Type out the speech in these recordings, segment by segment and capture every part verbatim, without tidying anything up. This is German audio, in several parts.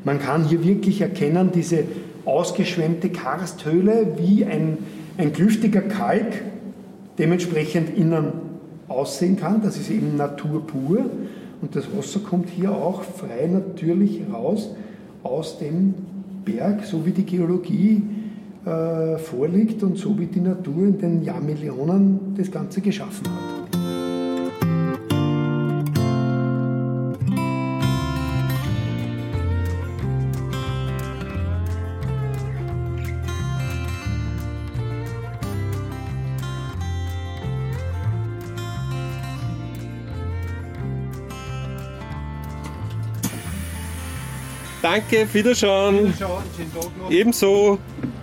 Man kann hier wirklich erkennen, diese ausgeschwemmte Karsthöhle wie ein, ein klüftiger Kalk dementsprechend innen aussehen kann. Das ist eben Natur pur. Und das Wasser kommt hier auch frei natürlich raus aus dem Berg, so wie die Geologie äh, vorliegt und so wie die Natur in den Jahrmillionen das Ganze geschaffen hat. Danke, Wiederschauen. Wiederschauen, schönen Tag noch. Ebenso.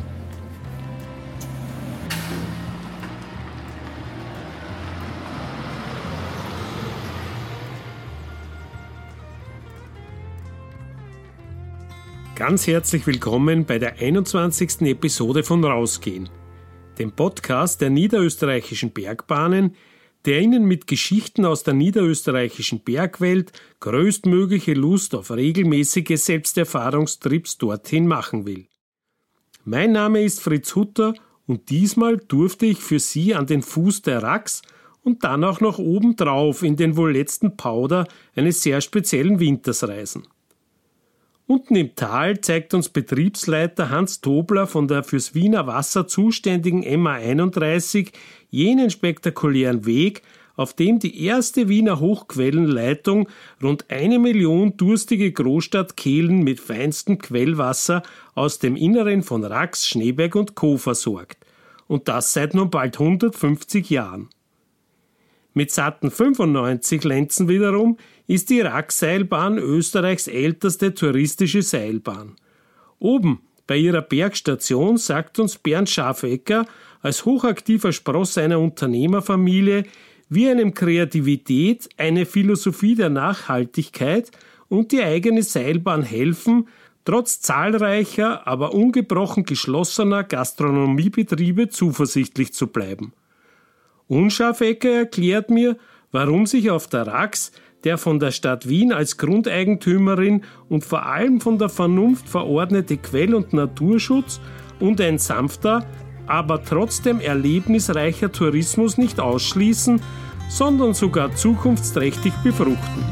Ganz herzlich willkommen bei der einundzwanzigsten Episode von Rausgehen, dem Podcast der Niederösterreichischen Bergbahnen, der Ihnen mit Geschichten aus der niederösterreichischen Bergwelt größtmögliche Lust auf regelmäßige Selbsterfahrungstrips dorthin machen will. Mein Name ist Fritz Hutter und diesmal durfte ich für Sie an den Fuß der Rax und dann auch noch obendrauf in den wohl letzten Powder eines sehr speziellen Winters reisen. Unten im Tal zeigt uns Betriebsleiter Hans Tobler von der fürs Wiener Wasser zuständigen M A einunddreißig jenen spektakulären Weg, auf dem die erste Wiener Hochquellenleitung rund eine Million durstige Großstadtkehlen mit feinstem Quellwasser aus dem Inneren von Rax, Schneeberg und Co. versorgt. Und das seit nun bald hundertfünfzig Jahren. Mit satten fünfundneunzig Lenzen wiederum ist die Rax-Seilbahn Österreichs älteste touristische Seilbahn. Oben bei ihrer Bergstation sagt uns Bernd Schafecker als hochaktiver Spross einer Unternehmerfamilie, wie einem Kreativität, eine Philosophie der Nachhaltigkeit und die eigene Seilbahn helfen, trotz zahlreicher, aber ungebrochen geschlossener Gastronomiebetriebe zuversichtlich zu bleiben. Unscharfecker erklärt mir, warum sich auf der Rax, der von der Stadt Wien als Grundeigentümerin und vor allem von der Vernunft verordnete Quell- und Naturschutz und ein sanfter, aber trotzdem erlebnisreicher Tourismus nicht ausschließen, sondern sogar zukunftsträchtig befruchten.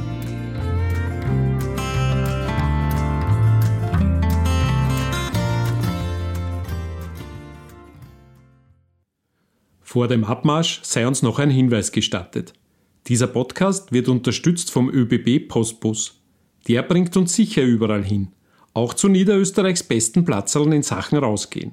Vor dem Abmarsch sei uns noch ein Hinweis gestattet. Dieser Podcast wird unterstützt vom ÖBB Postbus. Der bringt uns sicher überall hin, auch zu Niederösterreichs besten Platzerln in Sachen Rausgehen.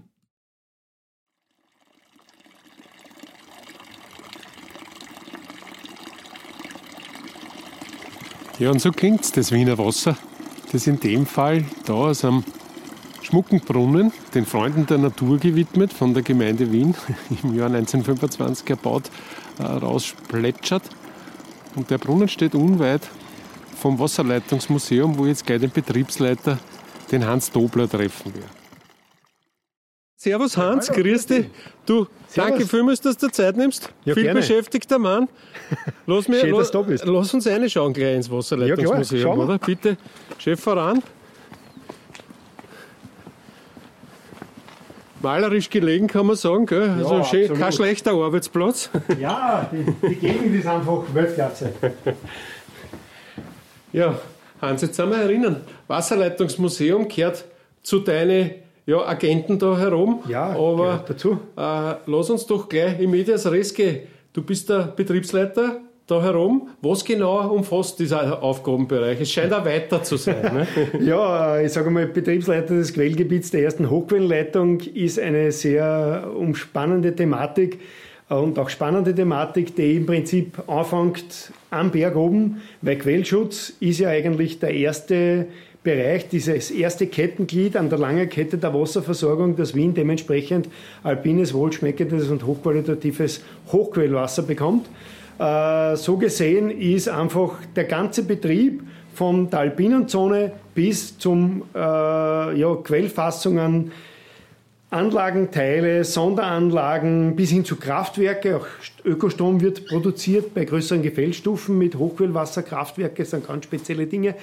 Ja, und so klingt's, das Wiener Wasser, das in dem Fall da aus einem schmucken Brunnen, den Freunden der Natur gewidmet, von der Gemeinde Wien, im Jahr neunzehnhundertfünfundzwanzig erbaut, äh, rausplätschert. Und der Brunnen steht unweit vom Wasserleitungsmuseum, wo ich jetzt gleich den Betriebsleiter, den Hans Tobler, treffen werde. Servus Hans, ja, grüß dich. Du, Servus. Danke vielmals, dass du Zeit nimmst. Ja, Viel gerne. Beschäftigter Mann. Lass, mir, Schön, lass, dass du da bist. Lass uns reinschauen gleich ins Wasserleitungsmuseum, ja, oder? Bitte, Chef voran. Malerisch gelegen, kann man sagen, gell? Also ja, schön, kein schlechter Arbeitsplatz. Ja, die, die Gegend ist einfach Weltklasse. Ja, Hans, jetzt sind wir erinnern, Wasserleitungsmuseum gehört zu deinen ja, Agenten da herum. Ja, aber dazu. Äh, lass uns doch gleich in medias res gehen. Du bist der Betriebsleiter da herum. Was genau umfasst dieser Aufgabenbereich? Es scheint auch weiter zu sein. Ne? Ja, ich sage mal, Betriebsleiter des Quellgebiets der ersten Hochquellenleitung ist eine sehr umspannende Thematik und auch spannende Thematik, die im Prinzip anfängt am Berg oben, weil Quellschutz ist ja eigentlich der erste Bereich, dieses erste Kettenglied an der langen Kette der Wasserversorgung, dass Wien dementsprechend alpines, wohlschmeckendes und hochqualitatives Hochquellwasser bekommt. So gesehen ist einfach der ganze Betrieb von der alpinen Zone bis zum äh, ja, Quellfassungen, Anlagenteile, Sonderanlagen bis hin zu Kraftwerke. Auch Ökostrom wird produziert bei größeren Gefällstufen mit Hochquellwasserkraftwerke, das sind ganz spezielle Dinge.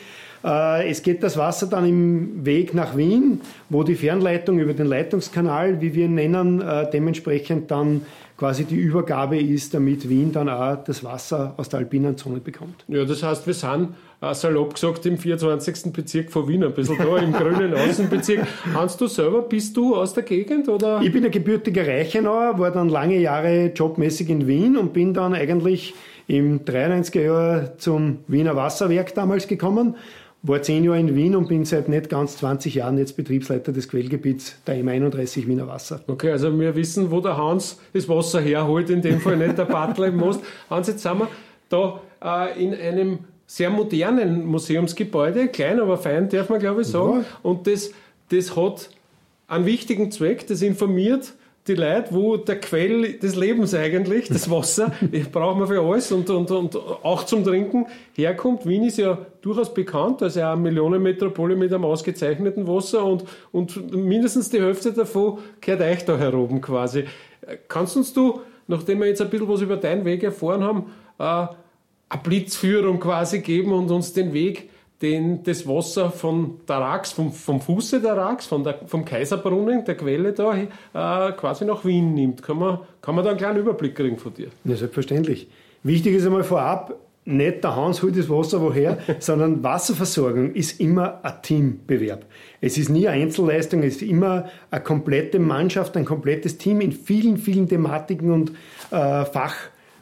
Äh, es geht das Wasser dann im Weg nach Wien, wo die Fernleitung über den Leitungskanal, wie wir ihn nennen, äh, dementsprechend dann quasi die Übergabe ist, damit Wien dann auch das Wasser aus der alpinen Zone bekommt. Ja, das heißt, wir sind äh, salopp gesagt im vierundzwanzigsten Bezirk von Wien, ein bisschen da im grünen Außenbezirk. Hans, du selber, bist du aus der Gegend? Oder? Ich bin ein gebürtiger Reichenauer, war dann lange Jahre jobmäßig in Wien und bin dann eigentlich im dreiundneunziger Jahr zum Wiener Wasserwerk damals gekommen. War zehn Jahre in Wien und bin seit nicht ganz zwanzig Jahren jetzt Betriebsleiter des Quellgebiets der M einunddreißig Wiener Wasser. Okay, also wir wissen, wo der Hans das Wasser herholt, in dem Fall nicht der Butler im Most. Hans, jetzt sind wir da äh, in einem sehr modernen Museumsgebäude, klein, aber fein, darf man glaube ich sagen. Ja. Und das, das hat einen wichtigen Zweck, das informiert die Leute, wo der Quell des Lebens eigentlich, das Wasser, das braucht man für alles und, und, und auch zum Trinken, herkommt. Wien ist ja durchaus bekannt, also eine Millionenmetropole mit einem ausgezeichneten Wasser und, und mindestens die Hälfte davon gehört euch da heroben quasi. Kannst uns du, nachdem wir jetzt ein bisschen was über deinen Weg erfahren haben, äh, eine Blitzführung quasi geben und uns den Weg, den das Wasser von der Rax, vom, vom Fuße der Rax, von der, vom Kaiserbrunnen, der Quelle da, äh, quasi nach Wien nimmt. Kann man, kann man da einen kleinen Überblick kriegen von dir? Ja, selbstverständlich. Wichtig ist einmal vorab, nicht der Hans holt das Wasser woher, sondern Wasserversorgung ist immer ein Teambewerb. Es ist nie eine Einzelleistung, es ist immer eine komplette Mannschaft, ein komplettes Team in vielen, vielen Thematiken und äh, Fach.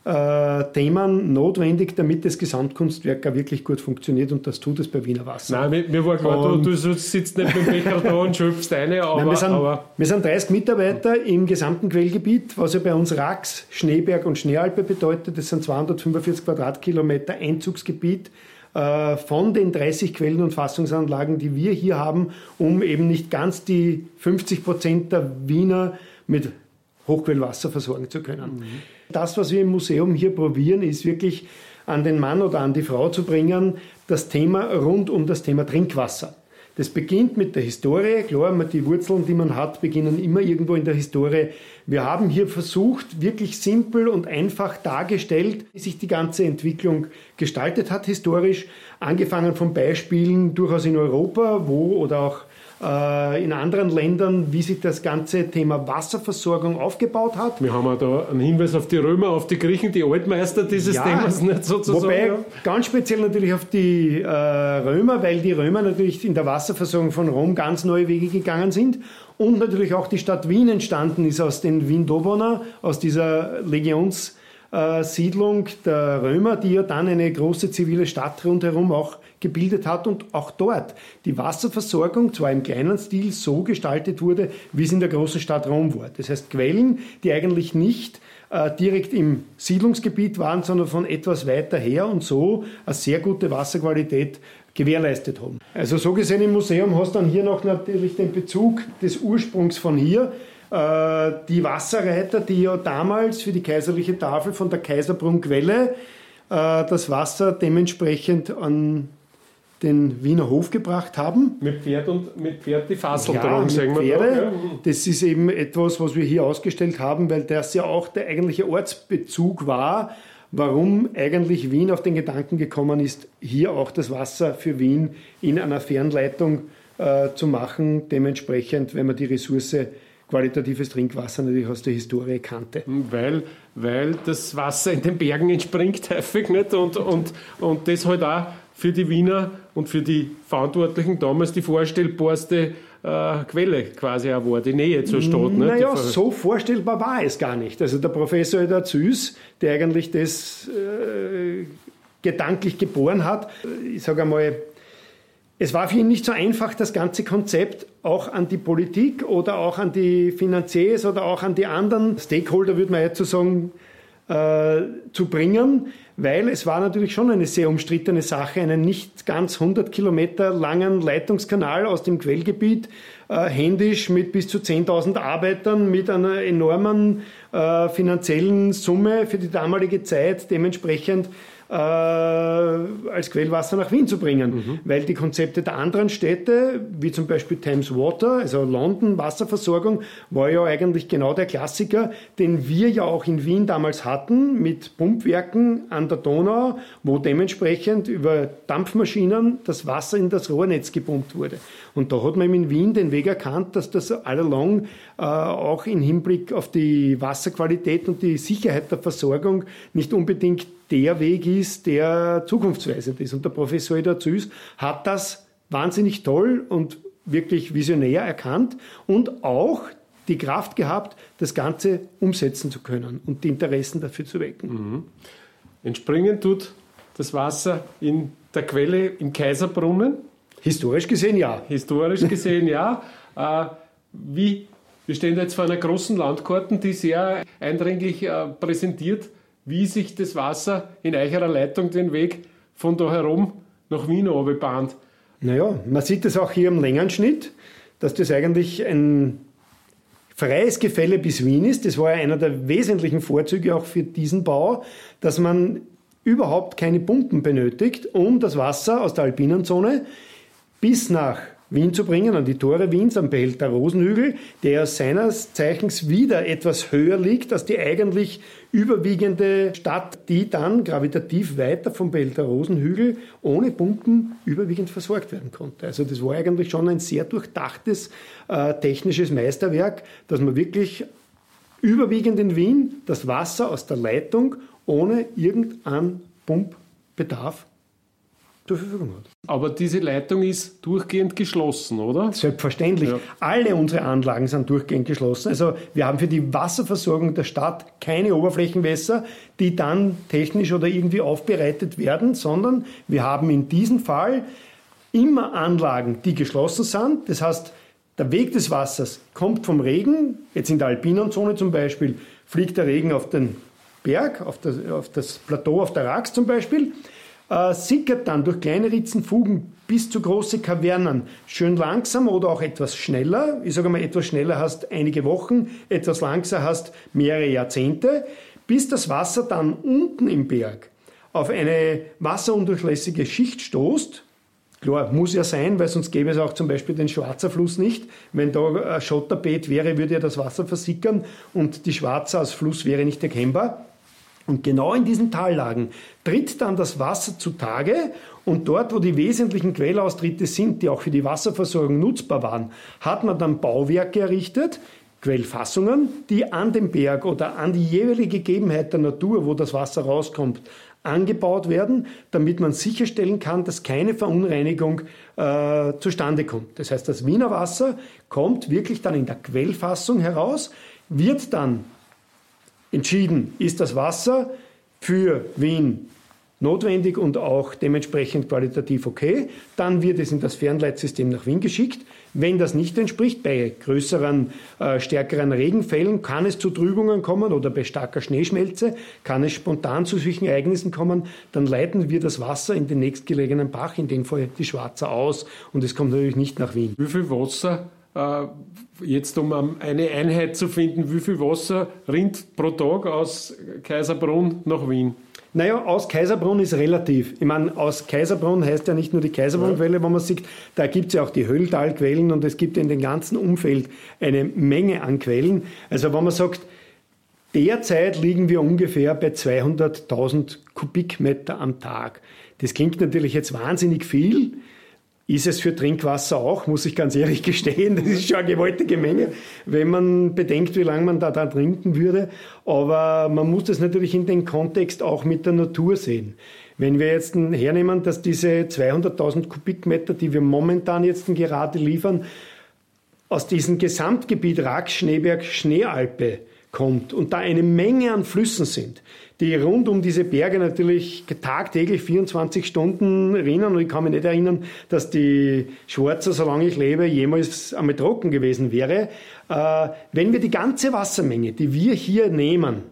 Äh, Themen notwendig, damit das Gesamtkunstwerk auch wirklich gut funktioniert und das tut es bei Wiener Wasser. Nein, mir, mir war klar, du, du sitzt nicht mit dem Becher da und schöpfst eine, aber... Nein, wir, sind, aber wir sind dreißig Mitarbeiter im gesamten Quellgebiet, was ja bei uns Rax, Schneeberg und Schneealpe bedeutet. Das sind zweihundertfünfundvierzig Quadratkilometer Einzugsgebiet äh, von den dreißig Quellen und Fassungsanlagen, die wir hier haben, um eben nicht ganz die fünfzig Prozent der Wiener mit Hochquellwasser versorgen zu können. Mhm. Das, was wir im Museum hier probieren, ist wirklich an den Mann oder an die Frau zu bringen, das Thema rund um das Thema Trinkwasser. Das beginnt mit der Historie. Klar, die Wurzeln, die man hat, beginnen immer irgendwo in der Historie. Wir haben hier versucht, wirklich simpel und einfach dargestellt, wie sich die ganze Entwicklung gestaltet hat, historisch. Angefangen von Beispielen durchaus in Europa, wo oder auch in anderen Ländern, wie sich das ganze Thema Wasserversorgung aufgebaut hat. Wir haben auch da einen Hinweis auf die Römer, auf die Griechen, die Altmeister dieses ja, Themas nicht sozusagen. Wobei ja. ganz speziell natürlich auf die äh, Römer, weil die Römer natürlich in der Wasserversorgung von Rom ganz neue Wege gegangen sind und natürlich auch die Stadt Wien entstanden ist aus den Wien-Dobona, aus dieser Legionssiedlung der Römer, die ja dann eine große zivile Stadt rundherum auch gebildet hat und auch dort die Wasserversorgung zwar im kleinen Stil so gestaltet wurde, wie es in der großen Stadt Rom war. Das heißt Quellen, die eigentlich nicht äh, direkt im Siedlungsgebiet waren, sondern von etwas weiter her und so eine sehr gute Wasserqualität gewährleistet haben. Also so gesehen im Museum hast du dann hier noch natürlich den Bezug des Ursprungs von hier. Äh, die Wasserreiter, die ja damals für die kaiserliche Tafel von der Kaiserbrunnquelle äh, das Wasser dementsprechend an den Wiener Hof gebracht haben. Mit Pferd und mit Pferd die Fassel ja, dran, sagen wir Pferde. Da, ja. Das ist eben etwas, was wir hier ausgestellt haben, weil das ja auch der eigentliche Ortsbezug war, warum eigentlich Wien auf den Gedanken gekommen ist, hier auch das Wasser für Wien in einer Fernleitung äh, zu machen. Dementsprechend, wenn man die Ressource qualitatives Trinkwasser natürlich aus der Historie kannte. Weil, weil das Wasser in den Bergen entspringt häufig nicht und, und, und das halt auch für die Wiener und für die Verantwortlichen damals die vorstellbarste äh, Quelle quasi auch war, die Nähe zur Stadt. Naja, so vorstellbar war es gar nicht. Also der Professor Edward Süß, der eigentlich das äh, gedanklich geboren hat, ich sage einmal, es war für ihn nicht so einfach, das ganze Konzept auch an die Politik oder auch an die Finanziers oder auch an die anderen Stakeholder, würde man jetzt so sagen, äh, zu bringen, weil es war natürlich schon eine sehr umstrittene Sache, einen nicht ganz hundert Kilometer langen Leitungskanal aus dem Quellgebiet äh, händisch mit bis zu zehntausend Arbeitern mit einer enormen äh, finanziellen Summe für die damalige Zeit dementsprechend äh, als Quellwasser nach Wien zu bringen. Mhm. Weil die Konzepte der anderen Städte, wie zum Beispiel Thames Water, also London, Wasserversorgung, war ja eigentlich genau der Klassiker, den wir ja auch in Wien damals hatten, mit Pumpwerken an der Donau, wo dementsprechend über Dampfmaschinen das Wasser in das Rohrnetz gepumpt wurde. Und da hat man in Wien den Weg erkannt, dass das all along äh, auch im Hinblick auf die Wasserqualität und die Sicherheit der Versorgung nicht unbedingt der Weg ist, der zukunftsweisend ist. Und der Professor Edward Süß hat das wahnsinnig toll und wirklich visionär erkannt und auch die Kraft gehabt, das Ganze umsetzen zu können und die Interessen dafür zu wecken. Mhm. Entspringen tut das Wasser in der Quelle im Kaiserbrunnen? Historisch gesehen ja. Historisch gesehen ja. Äh, wie, wir stehen da jetzt vor einer großen Landkarte, die sehr eindringlich äh, präsentiert, wie sich das Wasser in Eicherer Leitung den Weg von da herum nach Wien runterbahnt. Naja, man sieht das auch hier im Längenschnitt, dass das eigentlich ein freies Gefälle bis Wien ist. Das war ja einer der wesentlichen Vorzüge auch für diesen Bau, dass man überhaupt keine Pumpen benötigt, um das Wasser aus der alpinen Zone bis nach Wien zu bringen, an die Tore Wiens, am Behälter Rosenhügel, der seines Zeichens wieder etwas höher liegt als die eigentlich überwiegende Stadt, die dann gravitativ weiter vom Behälter Rosenhügel ohne Pumpen überwiegend versorgt werden konnte. Also das war eigentlich schon ein sehr durchdachtes äh, technisches Meisterwerk, dass man wirklich überwiegend in Wien das Wasser aus der Leitung ohne irgendeinen Pumpbedarf zur Verfügung hat. Aber diese Leitung ist durchgehend geschlossen, oder? Selbstverständlich. Ja. Alle unsere Anlagen sind durchgehend geschlossen. Also wir haben für die Wasserversorgung der Stadt keine Oberflächenwässer, die dann technisch oder irgendwie aufbereitet werden, sondern wir haben in diesem Fall immer Anlagen, die geschlossen sind. Das heißt, der Weg des Wassers kommt vom Regen, jetzt in der alpinen Zone zum Beispiel, fliegt der Regen auf den Berg, auf das, auf das Plateau, auf der Rax zum Beispiel, äh, sickert dann durch kleine Ritzenfugen bis zu große Kavernen, schön langsam oder auch etwas schneller. Ich sage mal, etwas schneller hast einige Wochen, etwas langsamer hast mehrere Jahrzehnte, bis das Wasser dann unten im Berg auf eine wasserundurchlässige Schicht stoßt. Klar, muss ja sein, weil sonst gäbe es auch zum Beispiel den Schwarzer Fluss nicht. Wenn da ein Schotterbeet wäre, würde ja das Wasser versickern und die Schwarze als Fluss wäre nicht erkennbar. Und genau in diesen Tallagen tritt dann das Wasser zutage und dort, wo die wesentlichen Quellaustritte sind, die auch für die Wasserversorgung nutzbar waren, hat man dann Bauwerke errichtet, Quellfassungen, die an den Berg oder an die jeweilige Gegebenheit der Natur, wo das Wasser rauskommt, angebaut werden, damit man sicherstellen kann, dass keine Verunreinigung äh, zustande kommt. Das heißt, das Wiener Wasser kommt wirklich dann in der Quellfassung heraus, wird dann entschieden, ist das Wasser für Wien notwendig und auch dementsprechend qualitativ okay, dann wird es in das Fernleitsystem nach Wien geschickt. Wenn das nicht entspricht, bei größeren, äh, stärkeren Regenfällen kann es zu Trübungen kommen oder bei starker Schneeschmelze kann es spontan zu solchen Ereignissen kommen, dann leiten wir das Wasser in den nächstgelegenen Bach, in dem Fall die Schwarze, aus und es kommt natürlich nicht nach Wien. Wie viel Wasser, äh, jetzt um eine Einheit zu finden, wie viel Wasser rinnt pro Tag aus Kaiserbrunn nach Wien? Naja, aus Kaiserbrunn ist relativ. Ich meine, aus Kaiserbrunn heißt ja nicht nur die Kaiserbrunnquelle, ja. Wo man sieht, da gibt es ja auch die Hölltalquellen und es gibt in dem ganzen Umfeld eine Menge an Quellen. Also wenn man sagt, derzeit liegen wir ungefähr bei zweihunderttausend Kubikmeter am Tag. Das klingt natürlich jetzt wahnsinnig viel. Ist es für Trinkwasser auch, muss ich ganz ehrlich gestehen. Das ist schon eine gewaltige Menge, wenn man bedenkt, wie lange man da, da trinken würde. Aber man muss das natürlich in den Kontext auch mit der Natur sehen. Wenn wir jetzt hernehmen, dass diese zweihunderttausend Kubikmeter, die wir momentan jetzt gerade liefern, aus diesem Gesamtgebiet Rax, Schneeberg, Schneealpe kommt und da eine Menge an Flüssen sind, die rund um diese Berge natürlich tagtäglich vierundzwanzig Stunden rinnen. Und ich kann mich nicht erinnern, dass die Schwarze, solange ich lebe, jemals einmal trocken gewesen wäre. Äh, wenn wir die ganze Wassermenge, die wir hier nehmen,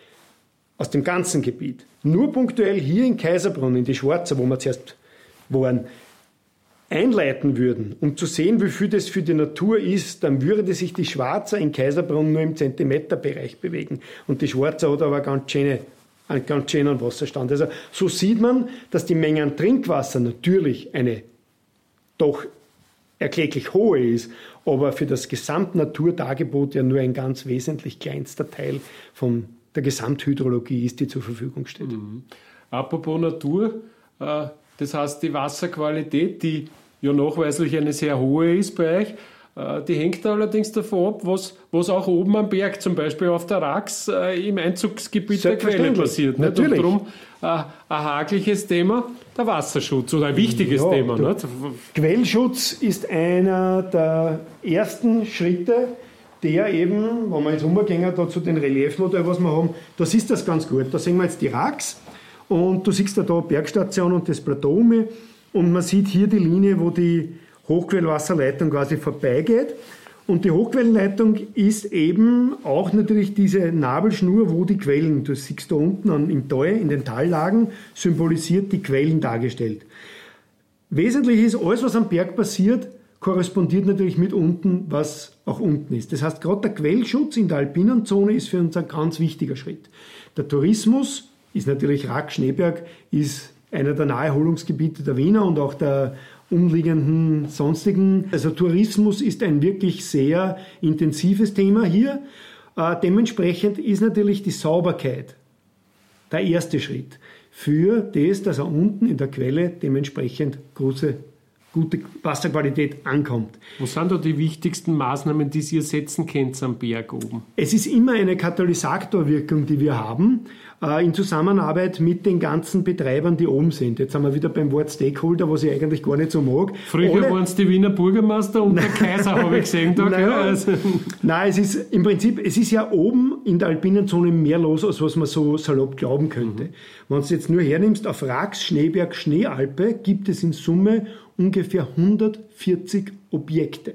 aus dem ganzen Gebiet, nur punktuell hier in Kaiserbrunn, in die Schwarze, wo wir zuerst waren, einleiten würden, um zu sehen, wie viel das für die Natur ist, dann würde sich die Schwarze in Kaiserbrunn nur im Zentimeterbereich bewegen. Und die Schwarze hat aber eine ganz schöne einen ganz schönen Wasserstand. Also so sieht man, dass die Menge an Trinkwasser natürlich eine doch erkläglich hohe ist, aber für das Gesamtnaturdargebot ja nur ein ganz wesentlich kleinster Teil von der Gesamthydrologie ist, die zur Verfügung steht. Mhm. Apropos Natur, äh, das heißt die Wasserqualität, die ja nachweislich eine sehr hohe ist bei euch, äh, die hängt allerdings davon ab, was, was auch oben am Berg, zum Beispiel auf der Rax, äh, im Einzugsgebiet der Quelle passiert. Nicht? Natürlich. Und darum äh, ein hagliches Thema, der Wasserschutz oder ein wichtiges ja, Thema. Du, nicht? Quellschutz ist einer der ersten Schritte, der eben, wenn wir jetzt umgehen, da zu den Reliefmodellen, was wir haben, da ist das ganz gut. Da sehen wir jetzt die Rax und du siehst da, da Bergstation und das Plateau um, und man sieht hier die Linie, wo die Hochquellwasserleitung quasi vorbeigeht. Und die Hochquellenleitung ist eben auch natürlich diese Nabelschnur, wo die Quellen, du siehst da unten an, im Tal, in den Tallagen, symbolisiert die Quellen dargestellt. Wesentlich ist, alles, was am Berg passiert, korrespondiert natürlich mit unten, was auch unten ist. Das heißt, gerade der Quellschutz in der alpinen Zone ist für uns ein ganz wichtiger Schritt. Der Tourismus ist natürlich Rax, Schneeberg, ist einer der Naherholungsgebiete der Wiener und auch der umliegenden sonstigen. Also Tourismus ist ein wirklich sehr intensives Thema hier. Äh, dementsprechend ist natürlich die Sauberkeit der erste Schritt für das, dass er unten in der Quelle dementsprechend große, gute Wasserqualität ankommt. Was sind da die wichtigsten Maßnahmen, die ihr setzen könnt am Berg oben? Es ist immer eine Katalysatorwirkung, die wir haben, äh, in Zusammenarbeit mit den ganzen Betreibern, die oben sind. Jetzt sind wir wieder beim Wort Stakeholder, was ich eigentlich gar nicht so mag. Früher waren es die Wiener Bürgermeister und der Kaiser, habe ich gesehen. Da, Nein, also. Nein, es ist im Prinzip, es ist ja oben in der alpinen Zone mehr los, als was man so salopp glauben könnte. Mhm. Wenn du es jetzt nur hernimmst, auf Rax, Schneeberg, Schneealpe gibt es in Summe ungefähr hundertvierzig Objekte.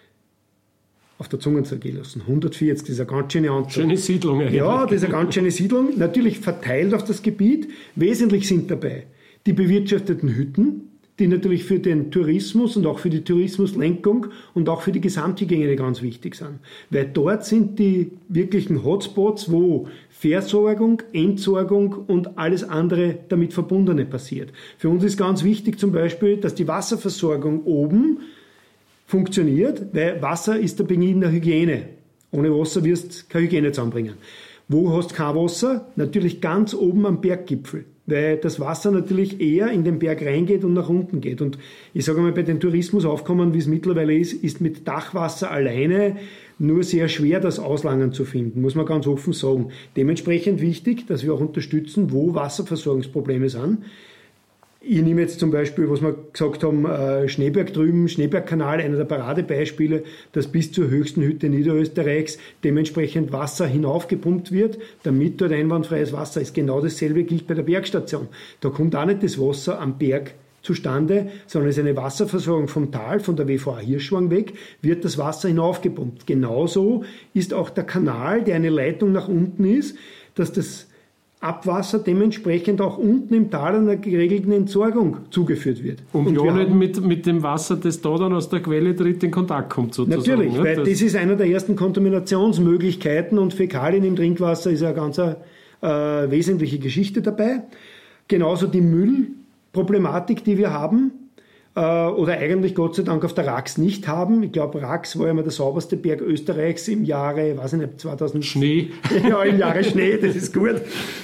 Auf der Zunge zergehen lassen. hundertvierzig, das ist eine ganz schöne Anzahl. Schöne Siedlung eigentlich. Ja, das ist eine ganz schöne Siedlung. Natürlich verteilt auf das Gebiet. Wesentlich sind dabei die bewirtschafteten Hütten, die natürlich für den Tourismus und auch für die Tourismuslenkung und auch für die Gesamthygiene ganz wichtig sind. Weil dort sind die wirklichen Hotspots, wo Versorgung, Entsorgung und alles andere damit Verbundene passiert. Für uns ist ganz wichtig zum Beispiel, dass die Wasserversorgung oben funktioniert, weil Wasser ist der Beginn der Hygiene. Ohne Wasser wirst du keine Hygiene zusammenbringen. Wo hast du kein Wasser? Natürlich ganz oben am Berggipfel, weil das Wasser natürlich eher in den Berg reingeht und nach unten geht. Und ich sage mal, bei den Tourismusaufkommen, wie es mittlerweile ist, ist mit Dachwasser alleine nur sehr schwer, das Auslangen zu finden, muss man ganz offen sagen. Dementsprechend wichtig, dass wir auch unterstützen, wo Wasserversorgungsprobleme sind. Ich nehme jetzt zum Beispiel, was wir gesagt haben, Schneeberg drüben, Schneebergkanal, einer der Paradebeispiele, dass bis zur höchsten Hütte Niederösterreichs dementsprechend Wasser hinaufgepumpt wird, damit dort einwandfreies Wasser ist. Genau dasselbe gilt bei der Bergstation. Da kommt auch nicht das Wasser am Berg zustande, sondern es ist eine Wasserversorgung vom Tal, von der W V A Hirschwang weg, wird das Wasser hinaufgepumpt. Genauso ist auch der Kanal, der eine Leitung nach unten ist, dass das Abwasser dementsprechend auch unten im Tal einer geregelten Entsorgung zugeführt wird. Und, und ja nicht mit, mit dem Wasser, das da dann aus der Quelle tritt, in Kontakt kommt sozusagen. Natürlich, ne? weil das, das ist einer der ersten Kontaminationsmöglichkeiten und Fäkalien im Trinkwasser ist eine ganz äh, wesentliche Geschichte dabei. Genauso die Müllproblematik, die wir haben, äh, oder eigentlich Gott sei Dank auf der Rax nicht haben. Ich glaube, Rax war immer der sauberste Berg Österreichs im Jahre, weiß ich nicht, zweitausend... Schnee. Ja, im Jahre Schnee, das ist gut.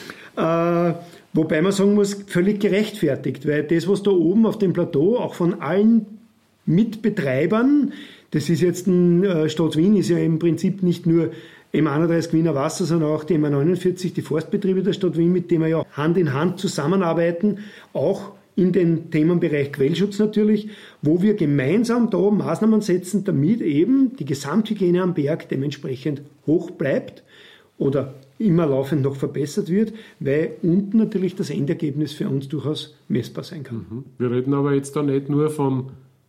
Äh, wobei man sagen muss, völlig gerechtfertigt, weil das, was da oben auf dem Plateau auch von allen Mitbetreibern, das ist jetzt ein äh, Stadt Wien, ist ja im Prinzip nicht nur M einunddreißig Wiener Wasser, sondern auch die M neunundvierzig, die Forstbetriebe der Stadt Wien, mit denen wir ja Hand in Hand zusammenarbeiten, auch in den Themenbereich Quellschutz natürlich, wo wir gemeinsam da Maßnahmen setzen, damit eben die Gesamthygiene am Berg dementsprechend hoch bleibt oder immer laufend noch verbessert wird, weil unten natürlich das Endergebnis für uns durchaus messbar sein kann. Wir reden aber jetzt da nicht nur vom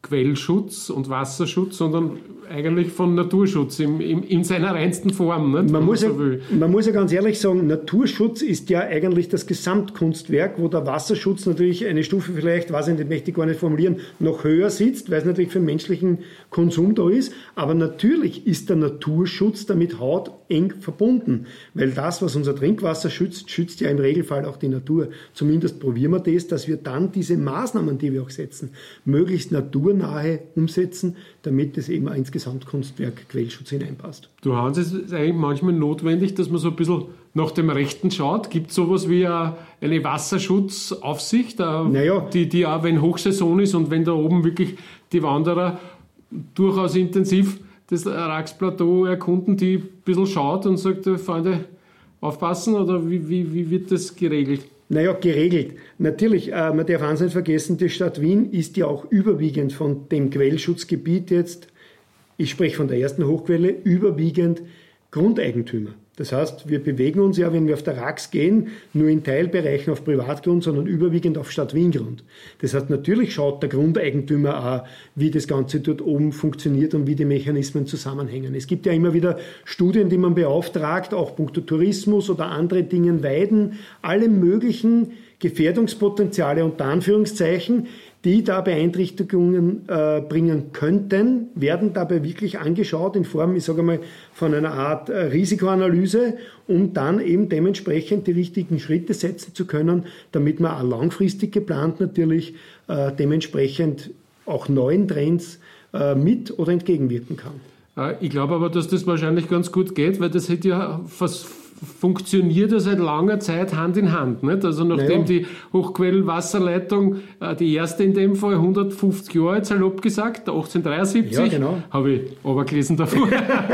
Quellschutz und Wasserschutz, sondern eigentlich von Naturschutz im, im, in seiner reinsten Form. Nicht? Man, muss so ja, man muss ja ganz ehrlich sagen, Naturschutz ist ja eigentlich das Gesamtkunstwerk, wo der Wasserschutz natürlich eine Stufe vielleicht, weiß ich nicht, möchte ich gar nicht formulieren, noch höher sitzt, weil es natürlich für den menschlichen Konsum da ist. Aber natürlich ist der Naturschutz damit hauteng verbunden, weil das, was unser Trinkwasser schützt, schützt ja im Regelfall auch die Natur. Zumindest probieren wir das, dass wir dann diese Maßnahmen, die wir auch setzen, möglichst naturnahe umsetzen, damit es eben ins Gesamtkunstwerk Quellschutz hineinpasst. Du Hans, es ist eigentlich manchmal notwendig, dass man so ein bisschen nach dem Rechten schaut. Gibt es sowas wie eine Wasserschutzaufsicht, naja. die, die auch, wenn Hochsaison ist und wenn da oben wirklich die Wanderer durchaus intensiv das Raxplateau erkunden, die ein bisschen schaut und sagt, Freunde, aufpassen, oder wie, wie, wie wird das geregelt? Naja, geregelt. Natürlich, äh, man darf eins nicht vergessen, die Stadt Wien ist ja auch überwiegend von dem Quellschutzgebiet jetzt, ich spreche von der ersten Hochquelle, überwiegend Grundeigentümer. Das heißt, wir bewegen uns ja, wenn wir auf der Rax gehen, nur in Teilbereichen auf Privatgrund, sondern überwiegend auf Stadt-Wien-Grund. Das heißt, natürlich schaut der Grundeigentümer auch, wie das Ganze dort oben funktioniert und wie die Mechanismen zusammenhängen. Es gibt ja immer wieder Studien, die man beauftragt, auch punkto Tourismus oder andere Dinge, Weiden, alle möglichen Gefährdungspotenziale unter Anführungszeichen, die da Beeinträchtigungen äh, bringen könnten, werden dabei wirklich angeschaut in Form, ich sage mal, von einer Art äh, Risikoanalyse, um dann eben dementsprechend die richtigen Schritte setzen zu können, damit man auch langfristig geplant natürlich äh, dementsprechend auch neuen Trends äh, mit oder entgegenwirken kann. Ich glaube aber, dass das wahrscheinlich ganz gut geht, weil das hätte ja fast funktioniert ja seit langer Zeit Hand in Hand. Nicht? Also nachdem naja. die Hochquellwasserleitung, die erste in dem Fall, hundertfünfzig Jahre jetzt salopp gesagt, achtzehnhundertdreiundsiebzig, ja, genau. habe ich aber gelesen davor,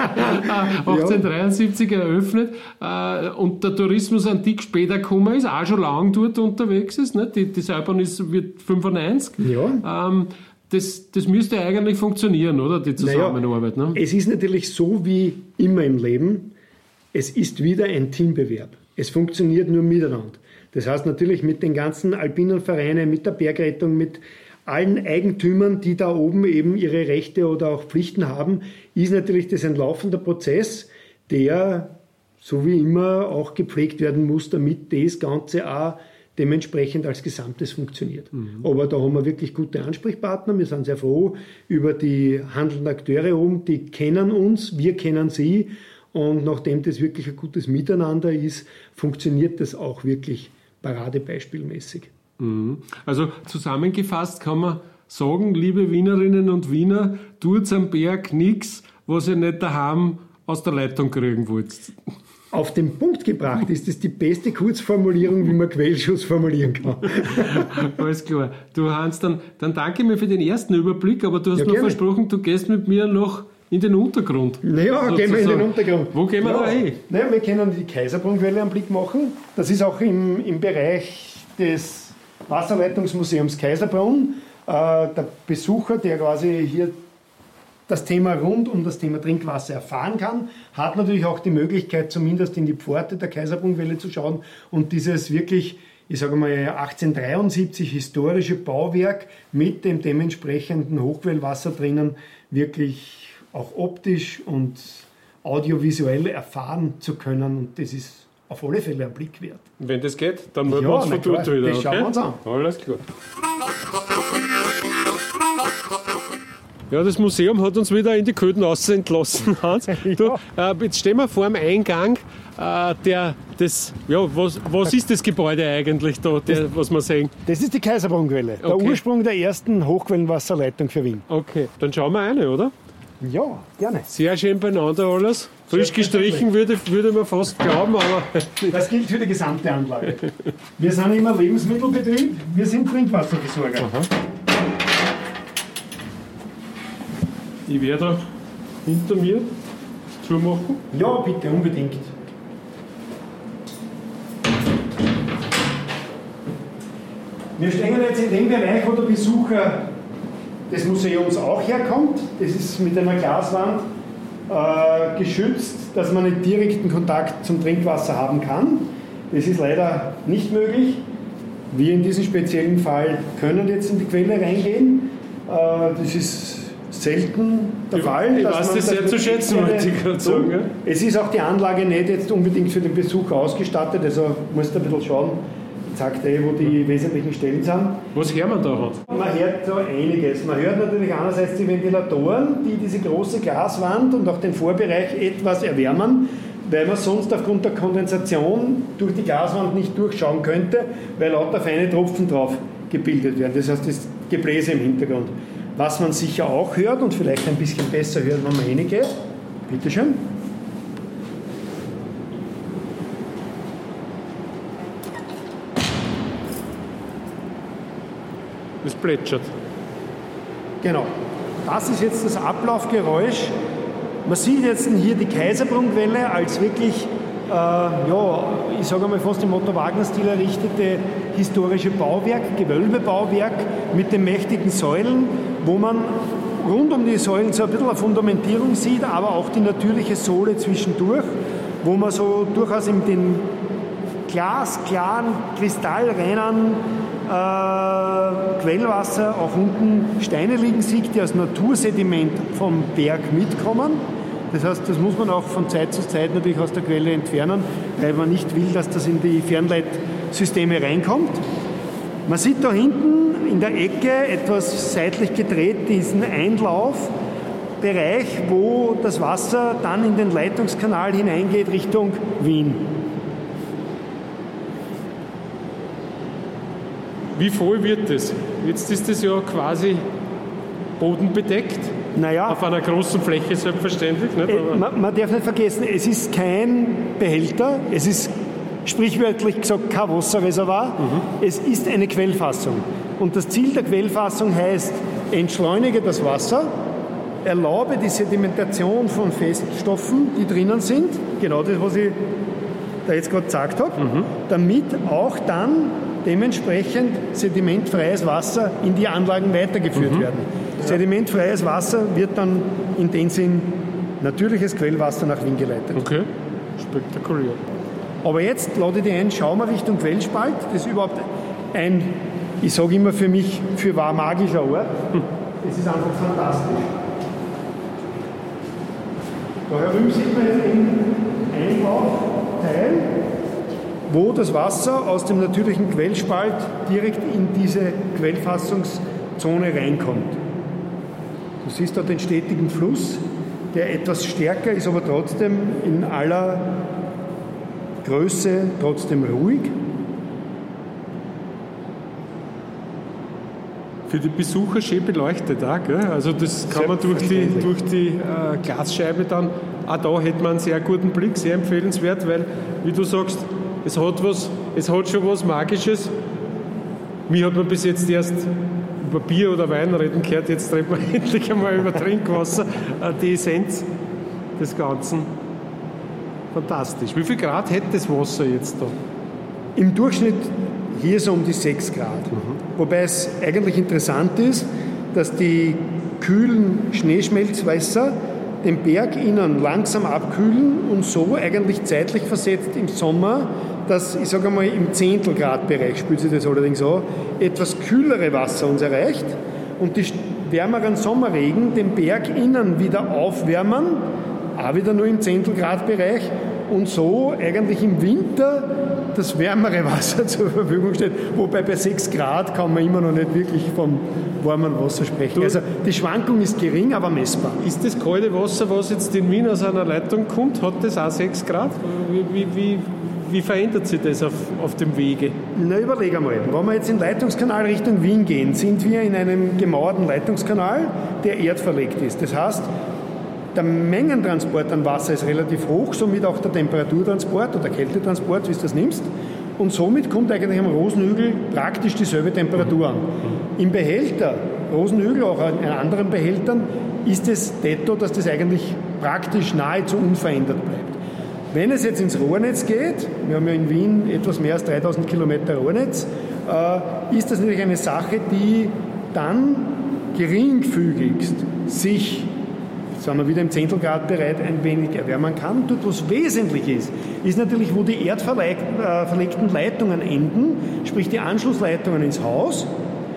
achtzehnhundertdreiundsiebzig eröffnet, und der Tourismus ein Tick später gekommen ist, auch schon lange dort unterwegs ist. Nicht? Die, die Seilbahn ist, wird fünfundneunzig. Ja. Ähm, Das, das müsste eigentlich funktionieren, oder? Die Zusammenarbeit. Naja, ne? Es ist natürlich so wie immer im Leben, es ist wieder ein Teambewerb. Es funktioniert nur miteinander. Das heißt natürlich mit den ganzen alpinen Vereinen, mit der Bergrettung, mit allen Eigentümern, die da oben eben ihre Rechte oder auch Pflichten haben, ist natürlich das ein laufender Prozess, der so wie immer auch gepflegt werden muss, damit das Ganze auch dementsprechend als Gesamtes funktioniert. Mhm. Aber da haben wir wirklich gute Ansprechpartner. Wir sind sehr froh über die handelnden Akteure oben, die kennen uns, wir kennen sie. Und nachdem das wirklich ein gutes Miteinander ist, funktioniert das auch wirklich paradebeispielmäßig. Mhm. Also zusammengefasst kann man sagen, liebe Wienerinnen und Wiener, tut am Berg nichts, was ihr nicht daheim aus der Leitung kriegen wollt. Auf den Punkt gebracht ist das die beste Kurzformulierung, wie man Quellschutz formulieren kann. Alles klar. Du Hans, dann, dann danke mir für den ersten Überblick, aber du hast ja, noch gerne. versprochen, du gehst mit mir noch in den Untergrund. Naja, sozusagen. Gehen wir in den Untergrund. Wo gehen wir ja. da hin? Naja, wir können die Kaiserbrunnquelle einen Blick machen. Das ist auch im, im Bereich des Wasserleitungsmuseums Kaiserbrunn. Äh, der Besucher, der quasi hier das Thema rund um das Thema Trinkwasser erfahren kann, hat natürlich auch die Möglichkeit, zumindest in die Pforte der Kaiserbrunnquelle zu schauen und dieses wirklich, ich sage mal, achtzehnhundertdreiundsiebzig historische Bauwerk mit dem dementsprechenden Hochquellwasser drinnen wirklich auch optisch und audiovisuell erfahren zu können, und das ist auf alle Fälle ein Blick wert. Wenn das geht, dann wollen ja, wir uns von dort wieder. Das schauen okay? wir uns an. Alles klar. Ja, das Museum hat uns wieder in die Köden raus entlassen, Hans. Du, äh, jetzt stehen wir vor dem Eingang. Äh, der, das, ja, was, was ist das Gebäude eigentlich da, der, was wir sehen? Das ist die Kaiserbrunnquelle, der okay. Ursprung der ersten Hochquellenwasserleitung für Wien. Okay, dann schauen wir rein, oder? Ja, gerne. Sehr schön beieinander alles. Frisch gestrichen würde, würde man fast glauben, aber... Das gilt für die gesamte Anlage. Wir sind immer Lebensmittelbetrieb, wir sind Trinkwasserversorger. Aha. Ich werde da hinter mir zumachen. Ja, bitte, unbedingt. Wir stehen jetzt in dem Bereich, wo der Besucher des Museums auch herkommt. Das ist mit einer Glaswand äh, geschützt, dass man einen direkten Kontakt zum Trinkwasser haben kann. Das ist leider nicht möglich. Wir in diesem speziellen Fall können jetzt in die Quelle reingehen. Das ist selten der ich, Fall. Ich weiß das sehr zu schätzen, wollte ich gerade sagen. Ja. Es ist auch die Anlage nicht jetzt unbedingt für den Besuch ausgestattet, also musst du ein bisschen schauen. Ich zeige dir, wo die wesentlichen Stellen sind. Was hört man da? Hat? Man hört da einiges. Man hört natürlich einerseits die Ventilatoren, die diese große Glaswand und auch den Vorbereich etwas erwärmen, weil man sonst aufgrund der Kondensation durch die Glaswand nicht durchschauen könnte, weil lauter feine Tropfen drauf gebildet werden. Das heißt, das Gebläse im Hintergrund. Was man sicher auch hört und vielleicht ein bisschen besser hört, wenn man reingeht. Bitteschön. Das plätschert. Genau. Das ist jetzt das Ablaufgeräusch. Man sieht jetzt hier die Kaiserbrunnenquelle als wirklich, äh, ja, ich sage mal fast im Otto-Wagner-Stil errichtete historische Bauwerk, Gewölbebauwerk mit den mächtigen Säulen, wo man rund um die Säulen so ein bisschen eine Fundamentierung sieht, aber auch die natürliche Sohle zwischendurch, wo man so durchaus in den glasklaren, kristallreinen äh, Quellwasser auch unten Steine liegen sieht, die als Natursediment vom Berg mitkommen. Das heißt, das muss man auch von Zeit zu Zeit natürlich aus der Quelle entfernen, weil man nicht will, dass das in die Fernleitsysteme reinkommt. Man sieht da hinten in der Ecke etwas seitlich gedreht diesen Einlaufbereich, wo das Wasser dann in den Leitungskanal hineingeht Richtung Wien. Wie voll wird das? Jetzt ist das ja quasi bodenbedeckt. Naja, auf einer großen Fläche selbstverständlich. Nicht? Äh, man, man darf nicht vergessen, es ist kein Behälter, es ist sprichwörtlich gesagt kein Wasserreservoir, mhm. Es ist eine Quellfassung. Und das Ziel der Quellfassung heißt, entschleunige das Wasser, erlaube die Sedimentation von Feststoffen, die drinnen sind, genau das, was ich da jetzt gerade gesagt habe, mhm. damit auch dann dementsprechend sedimentfreies Wasser in die Anlagen weitergeführt mhm. werden. Ja. Sedimentfreies Wasser wird dann in dem Sinn natürliches Quellwasser nach Wien geleitet. Okay, spektakulär. Aber jetzt lade ich dich ein, schau mal Richtung Quellspalt. Das ist überhaupt ein, ich sage immer für mich, für wahr magischer Ort. Hm. Das ist einfach fantastisch. Da herüben sieht man jetzt den Einlaufteil, wo das Wasser aus dem natürlichen Quellspalt direkt in diese Quellfassungszone reinkommt. Du siehst da den stetigen Fluss, der etwas stärker ist, aber trotzdem in aller Größe trotzdem ruhig. Für die Besucher schön beleuchtet auch, gell? Also das kann man durch die, durch die äh, Glasscheibe dann, auch da hätte man einen sehr guten Blick, sehr empfehlenswert, weil, wie du sagst, es hat, was, es hat schon was Magisches. Mir hat man bis jetzt erst über Bier oder Wein reden gehört, jetzt reden wir endlich einmal über Trinkwasser, die Essenz des Ganzen. Fantastisch. Wie viel Grad hätte das Wasser jetzt da? Im Durchschnitt hier so um die sechs Grad. Mhm. Wobei es eigentlich interessant ist, dass die kühlen Schneeschmelzwässer den Berg innen langsam abkühlen und so eigentlich zeitlich versetzt im Sommer, dass, ich sage einmal, im Zehntelgrad-Bereich, spült sich das allerdings an, etwas kühlere Wasser uns erreicht und die wärmeren Sommerregen den Berg innen wieder aufwärmen, auch wieder nur im Zehntelgrad-Bereich und so eigentlich im Winter das wärmere Wasser zur Verfügung steht. Wobei bei sechs Grad kann man immer noch nicht wirklich vom warmen Wasser sprechen. Also die Schwankung ist gering, aber messbar. Ist das kalte Wasser, was jetzt in Wien aus einer Leitung kommt, hat das auch sechs Grad? Wie, wie, wie, wie verändert sich das auf, auf dem Wege? Na, überleg einmal. Wenn wir jetzt in den Leitungskanal Richtung Wien gehen, sind wir in einem gemauerten Leitungskanal, der erdverlegt ist. Das heißt, der Mengentransport an Wasser ist relativ hoch, somit auch der Temperaturtransport oder Kältetransport, wie du das nimmst. Und somit kommt eigentlich am Rosenhügel praktisch dieselbe Temperatur an. Im Behälter, Rosenhügel, auch in anderen Behältern, ist es detto, dass das eigentlich praktisch nahezu unverändert bleibt. Wenn es jetzt ins Rohrnetz geht, wir haben ja in Wien etwas mehr als dreitausend Kilometer Rohrnetz, äh, ist das natürlich eine Sache, die dann geringfügigst sich, sagen wir wieder im Zehntelgrad-Bereich, ein wenig erwärmen kann. Dort, was wesentlich ist, ist natürlich, wo die erdverlegten Leitungen enden, sprich die Anschlussleitungen ins Haus,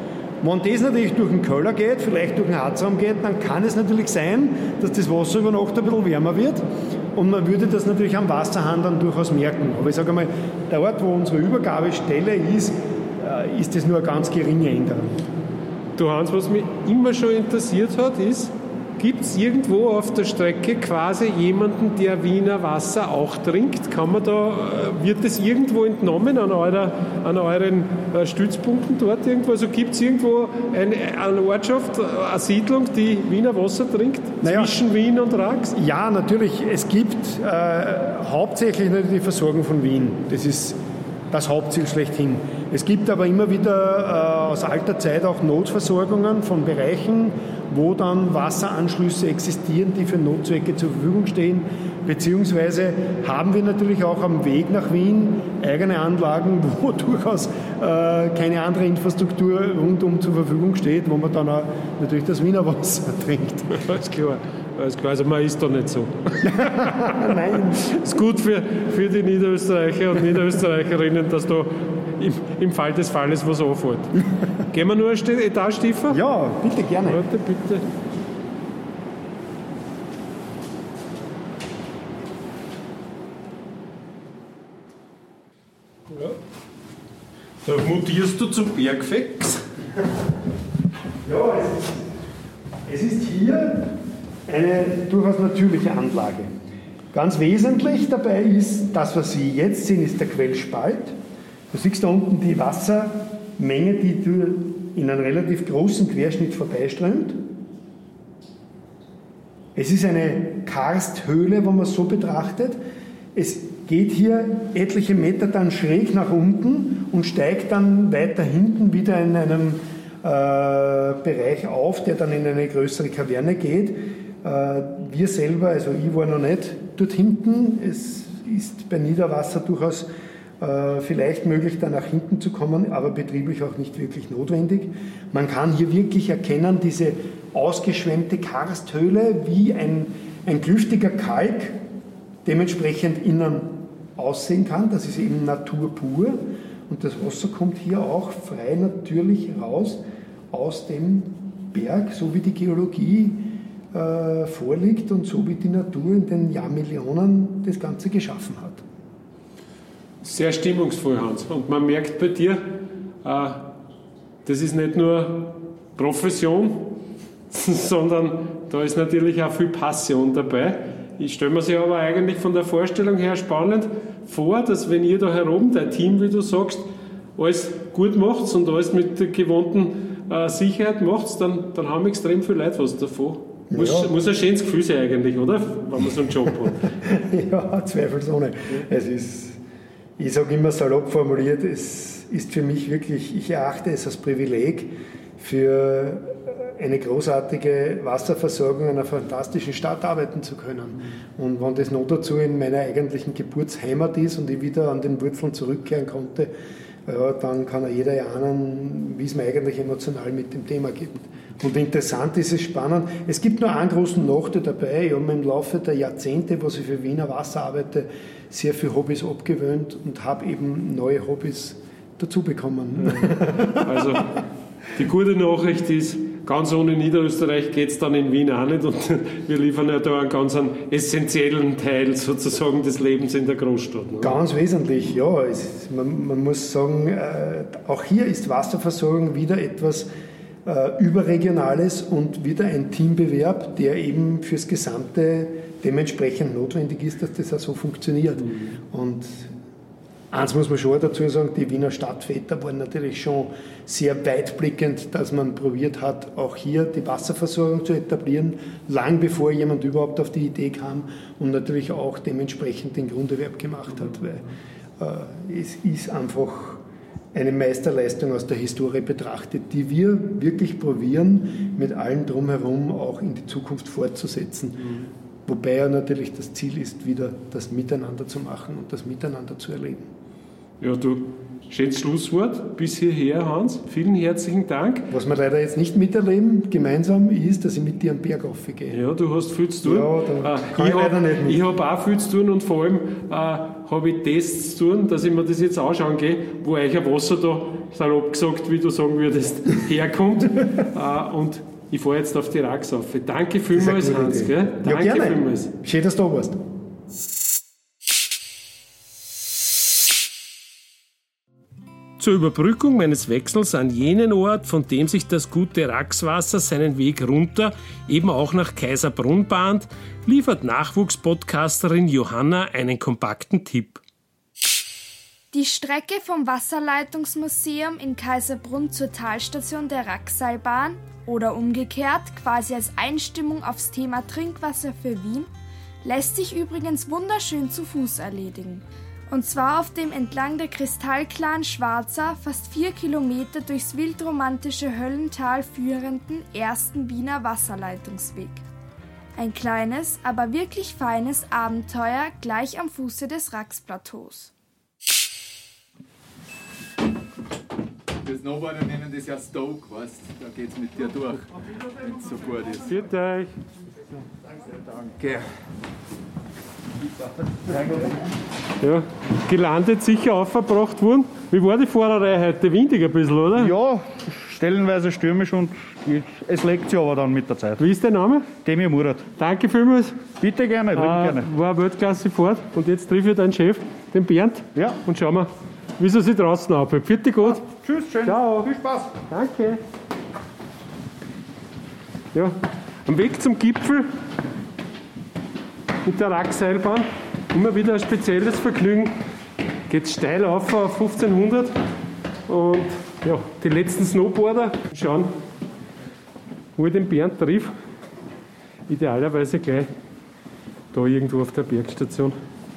Wenn das natürlich durch den Keller geht, vielleicht durch den Heizraum geht, dann kann es natürlich sein, dass das Wasser über Nacht ein bisschen wärmer wird und man würde das natürlich am Wasserhahn dann durchaus merken. Aber ich sage einmal, der Ort, wo unsere Übergabestelle ist, ist das nur eine ganz geringe Änderung. Du Hans, was mich immer schon interessiert hat, ist, gibt es irgendwo auf der Strecke quasi jemanden, der Wiener Wasser auch trinkt? Kann man da, wird das irgendwo entnommen an, eurer, an euren Stützpunkten dort irgendwo? Also gibt es irgendwo eine, eine Ortschaft, eine Siedlung, die Wiener Wasser trinkt? Naja, zwischen Wien und Rax? Ja, natürlich. Es gibt äh, hauptsächlich die Versorgung von Wien. Das ist das Hauptziel schlechthin. Es gibt aber immer wieder äh, aus alter Zeit auch Notversorgungen von Bereichen, wo dann Wasseranschlüsse existieren, die für Notzwecke zur Verfügung stehen. Beziehungsweise haben wir natürlich auch am Weg nach Wien eigene Anlagen, wo durchaus äh, keine andere Infrastruktur rundum zur Verfügung steht, wo man dann auch natürlich das Wiener Wasser trinkt. Alles klar. Alles klar, also man ist da nicht so. Nein. Es ist gut für, für die Niederösterreicher und Niederösterreicherinnen, dass da im, im Fall des Falles was anfällt. Gehen wir nur eine Etage tiefer? Ja, bitte, gerne. Warte, bitte. Ja. Da mutierst du zum Bergfex. Ja, es ist, es ist hier eine durchaus natürliche Anlage. Ganz wesentlich dabei ist, das, was Sie jetzt sehen, ist der Quellspalt. Du siehst da unten die Wassermenge, die in einem relativ großen Querschnitt vorbeiströmt. Es ist eine Karsthöhle, wenn man es so betrachtet. Es geht hier etliche Meter dann schräg nach unten und steigt dann weiter hinten wieder in einem äh, Bereich auf, der dann in eine größere Kaverne geht. Äh, wir selber, also ich war noch nicht dort hinten. Es ist bei Niederwasser durchaus äh, vielleicht möglich, da nach hinten zu kommen, aber betrieblich auch nicht wirklich notwendig. Man kann hier wirklich erkennen, diese ausgeschwemmte Karsthöhle, wie ein, ein klüftiger Kalk dementsprechend innen aussehen kann. Das ist eben Natur pur und das Wasser kommt hier auch frei natürlich raus aus dem Berg, so wie die Geologie äh, vorliegt und so wie die Natur in den Jahrmillionen das Ganze geschaffen hat. Sehr stimmungsvoll, Hans. Und man merkt bei dir, äh, das ist nicht nur Profession, sondern da ist natürlich auch viel Passion dabei. Ich stelle mir sich aber eigentlich von der Vorstellung her spannend vor, dass wenn ihr da herum, dein Team, wie du sagst, alles gut macht und alles mit der gewohnten äh, Sicherheit macht, dann, dann haben extrem viele Leute was davon. Ja. Muss, muss ein schönes Gefühl sein eigentlich, oder? Wenn man so einen Job hat. Ja, zweifelsohne. Es ist, ich sage immer salopp formuliert, es ist für mich wirklich, ich erachte es als Privileg, für eine großartige Wasserversorgung einer fantastischen Stadt arbeiten zu können. Und wenn das noch dazu in meiner eigentlichen Geburtsheimat ist und ich wieder an den Wurzeln zurückkehren konnte, ja, dann kann auch jeder erahnen, wie es mir eigentlich emotional mit dem Thema geht. Und interessant ist es, spannend, es gibt nur einen großen Nachteil dabei. Ich habe mir im Laufe der Jahrzehnte, wo ich für Wiener Wasser arbeite, sehr viele Hobbys abgewöhnt und habe eben neue Hobbys dazu bekommen. Also die gute Nachricht ist, ganz ohne Niederösterreich geht es dann in Wien auch nicht und wir liefern ja da einen ganz einen essentiellen Teil sozusagen des Lebens in der Großstadt. Ne? Ganz wesentlich, ja. Es, man, man muss sagen, äh, auch hier ist Wasserversorgung wieder etwas äh, Überregionales und wieder ein Teambewerb, der eben fürs Gesamte dementsprechend notwendig ist, dass das auch so funktioniert. Mhm. Und eins muss man schon dazu sagen, die Wiener Stadtväter waren natürlich schon sehr weitblickend, dass man probiert hat, auch hier die Wasserversorgung zu etablieren, lang bevor jemand überhaupt auf die Idee kam und natürlich auch dementsprechend den Grunderwerb gemacht hat, weil äh, es ist einfach eine Meisterleistung aus der Historie betrachtet, die wir wirklich probieren, mit allem drumherum auch in die Zukunft fortzusetzen. Mhm. Wobei ja natürlich das Ziel ist, wieder das Miteinander zu machen und das Miteinander zu erleben. Ja, du, schönes Schlusswort bis hierher, Hans. Vielen herzlichen Dank. Was wir leider jetzt nicht miterleben, gemeinsam, ist, dass ich mit dir am Berg raufgehe. Ja, du hast viel zu tun. Ja, da äh, kann ich, ich leider nicht mit. Ich habe auch viel zu tun und vor allem äh, habe ich Tests zu tun, dass ich mir das jetzt anschauen gehe, wo euch ein Wasser da, salopp gesagt, wie du sagen würdest, herkommt. äh, und ich fahre jetzt auf die Rax auf. Danke vielmals, Hans. Gell? Danke ja, gerne. vielmals. Schön, dass du da warst. Zur Überbrückung meines Wechsels an jenen Ort, von dem sich das gute Raxwasser seinen Weg runter eben auch nach Kaiserbrunn bahnt, liefert Nachwuchspodcasterin Johanna einen kompakten Tipp. Die Strecke vom Wasserleitungsmuseum in Kaiserbrunn zur Talstation der Raxseilbahn oder umgekehrt quasi als Einstimmung aufs Thema Trinkwasser für Wien lässt sich übrigens wunderschön zu Fuß erledigen. Und zwar auf dem entlang der kristallklaren Schwarzer, fast vier Kilometer durchs wildromantische Höllental führenden ersten Wiener Wasserleitungsweg. Ein kleines, aber wirklich feines Abenteuer gleich am Fuße des Raxplateaus. Wir Snowboarder nennen das ja Stoke, weißt du? Da geht's mit dir durch, wenn es so gut ist. Bitte euch. Danke. Ja, gelandet, sicher aufgebracht worden. Wie war die Fahrerei heute? Windig ein bisschen, oder? Ja, stellenweise stürmisch und es legt sich aber dann mit der Zeit. Wie ist dein Name? Demir Murat. Danke vielmals. Bitte gerne, Äh, gerne. war eine Weltklasse-Fahrt. Und jetzt treffe ich deinen Chef, den Bernd. Ja. Und schauen wir, wie sie sich draußen abhält. Vierte gut. Tschüss, schön. Ciao. Viel Spaß. Danke. Ja, am Weg zum Gipfel mit der Raxseilbahn. Immer wieder ein spezielles Vergnügen. Geht steil auf auf fünfzehnhundert. Und ja, die letzten Snowboarder schauen, wo ich den Bernd triff. Idealerweise gleich da irgendwo auf der Bergstation.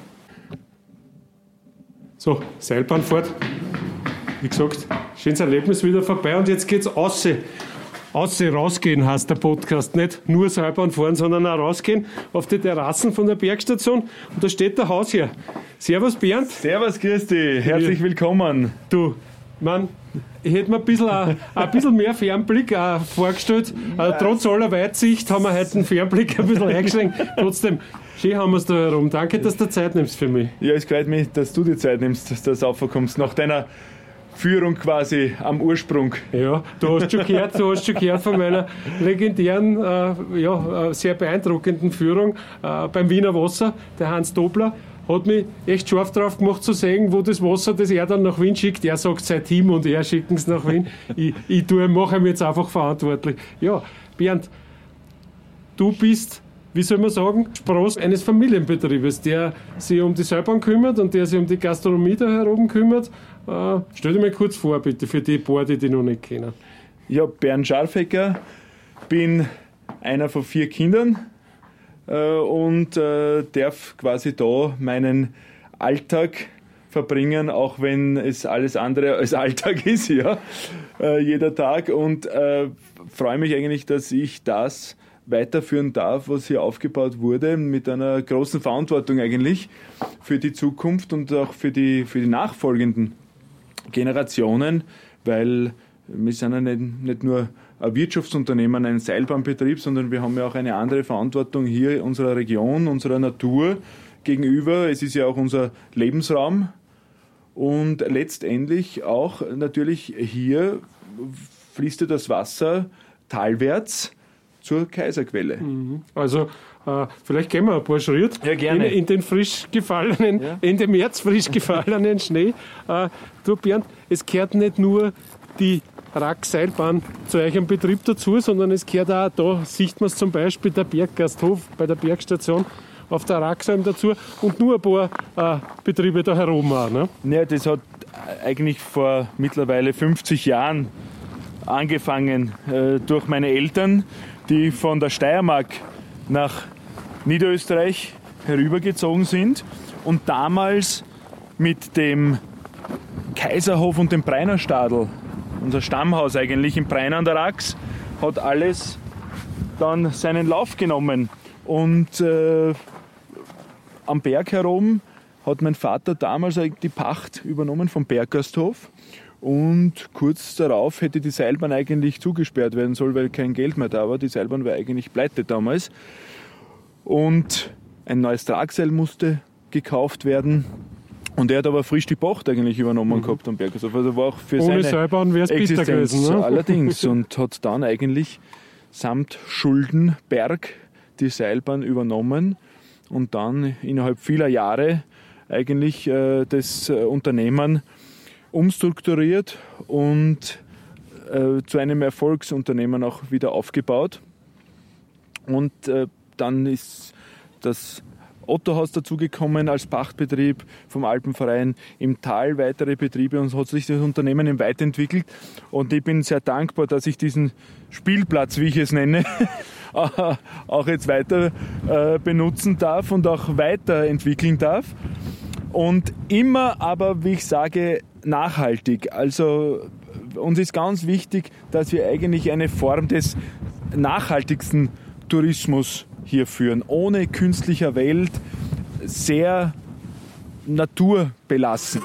So, Seilbahnfahrt. Wie gesagt, schönes Erlebnis wieder vorbei und jetzt geht's außer. Außer rausgehen heißt der Podcast. Nicht nur Seilbahn fahren, sondern auch rausgehen auf die Terrassen von der Bergstation. Und da steht der Hausherr. Servus Bernd. Servus, grüß dich. Herzlich willkommen. Du, Mann, ich hätte mir ein bisschen, ein, ein bisschen mehr Fernblick auch vorgestellt. Ja. Trotz aller Weitsicht haben wir heute den Fernblick ein bisschen eingeschränkt. Trotzdem, schön haben wir es da herum. Danke, dass du Zeit nimmst für mich. Ja, es freut mich, dass du dir Zeit nimmst, dass du das aufkommst. Nach deiner Führung quasi am Ursprung. Ja, du hast schon gehört, du hast schon gehört von meiner legendären, äh, ja, sehr beeindruckenden Führung äh, beim Wiener Wasser. Der Hans Dobler hat mich echt scharf drauf gemacht zu sehen, wo das Wasser, das er dann nach Wien schickt. Er sagt, sein Team und er schicken es nach Wien. ich ich tue, mache mich jetzt einfach verantwortlich. Ja, Bernd, du bist, wie soll man sagen, Spross eines Familienbetriebes, der sich um die Seilbahn kümmert und der sich um die Gastronomie da heroben kümmert. Uh, stell dir mal kurz vor, bitte, für die paar, die dich noch nicht kennen. Ja, Bernd Scharfecker, bin einer von vier Kindern äh, und äh, darf quasi da meinen Alltag verbringen, auch wenn es alles andere als Alltag ist, ja, äh, jeder Tag. Und äh, freue mich eigentlich, dass ich das weiterführen darf, was hier aufgebaut wurde, mit einer großen Verantwortung eigentlich für die Zukunft und auch für die, für die nachfolgenden Generationen, weil wir sind ja nicht, nicht nur ein Wirtschaftsunternehmen, ein Seilbahnbetrieb, sondern wir haben ja auch eine andere Verantwortung hier unserer Region, unserer Natur gegenüber. Es ist ja auch unser Lebensraum und letztendlich auch natürlich hier fließt ja das Wasser talwärts zur Kaiserquelle. Also äh, vielleicht gehen wir ein paar Schritte ja, gerne. In, in den frisch gefallenen, ja. Ende März frisch gefallenen Schnee. Äh, du Bernd, es gehört nicht nur die Raxseilbahn zu eurem Betrieb dazu, sondern es gehört auch, da sieht man es zum Beispiel, der Berggasthof bei der Bergstation auf der Raxalm dazu und nur ein paar äh, Betriebe da herum auch. Ne? Ja, das hat eigentlich vor mittlerweile fünfzig Jahren angefangen äh, durch meine Eltern, die von der Steiermark nach Niederösterreich herübergezogen sind und damals mit dem Kaiserhof und dem Breinerstadl, unser Stammhaus eigentlich in Brein an der Rax, hat alles dann seinen Lauf genommen. Und äh, am Berg herum hat mein Vater damals die Pacht übernommen vom Berggasthof. Und kurz darauf hätte die Seilbahn eigentlich zugesperrt werden sollen, weil kein Geld mehr da war. Die Seilbahn war eigentlich pleite damals. Und ein neues Tragseil musste gekauft werden. Und er hat aber frisch die Pacht eigentlich übernommen mhm. gehabt am Berggasthof. Also war auch für Ohne seine Seilbahn wäre es bitter gewesen. Ne? Allerdings. Und hat dann eigentlich samt Schuldenberg die Seilbahn übernommen und dann innerhalb vieler Jahre eigentlich äh, das äh, Unternehmen umstrukturiert und äh, zu einem Erfolgsunternehmen auch wieder aufgebaut. Und äh, dann ist das Ottohaus dazugekommen als Pachtbetrieb vom Alpenverein, im Tal weitere Betriebe und hat sich das Unternehmen eben weiterentwickelt. Und ich bin sehr dankbar, dass ich diesen Spielplatz, wie ich es nenne, auch jetzt weiter äh, benutzen darf und auch weiterentwickeln darf. Und immer aber, wie ich sage, nachhaltig. Also uns ist ganz wichtig, dass wir eigentlich eine Form des nachhaltigsten Tourismus hier führen, ohne künstlicher Welt, sehr naturbelassen.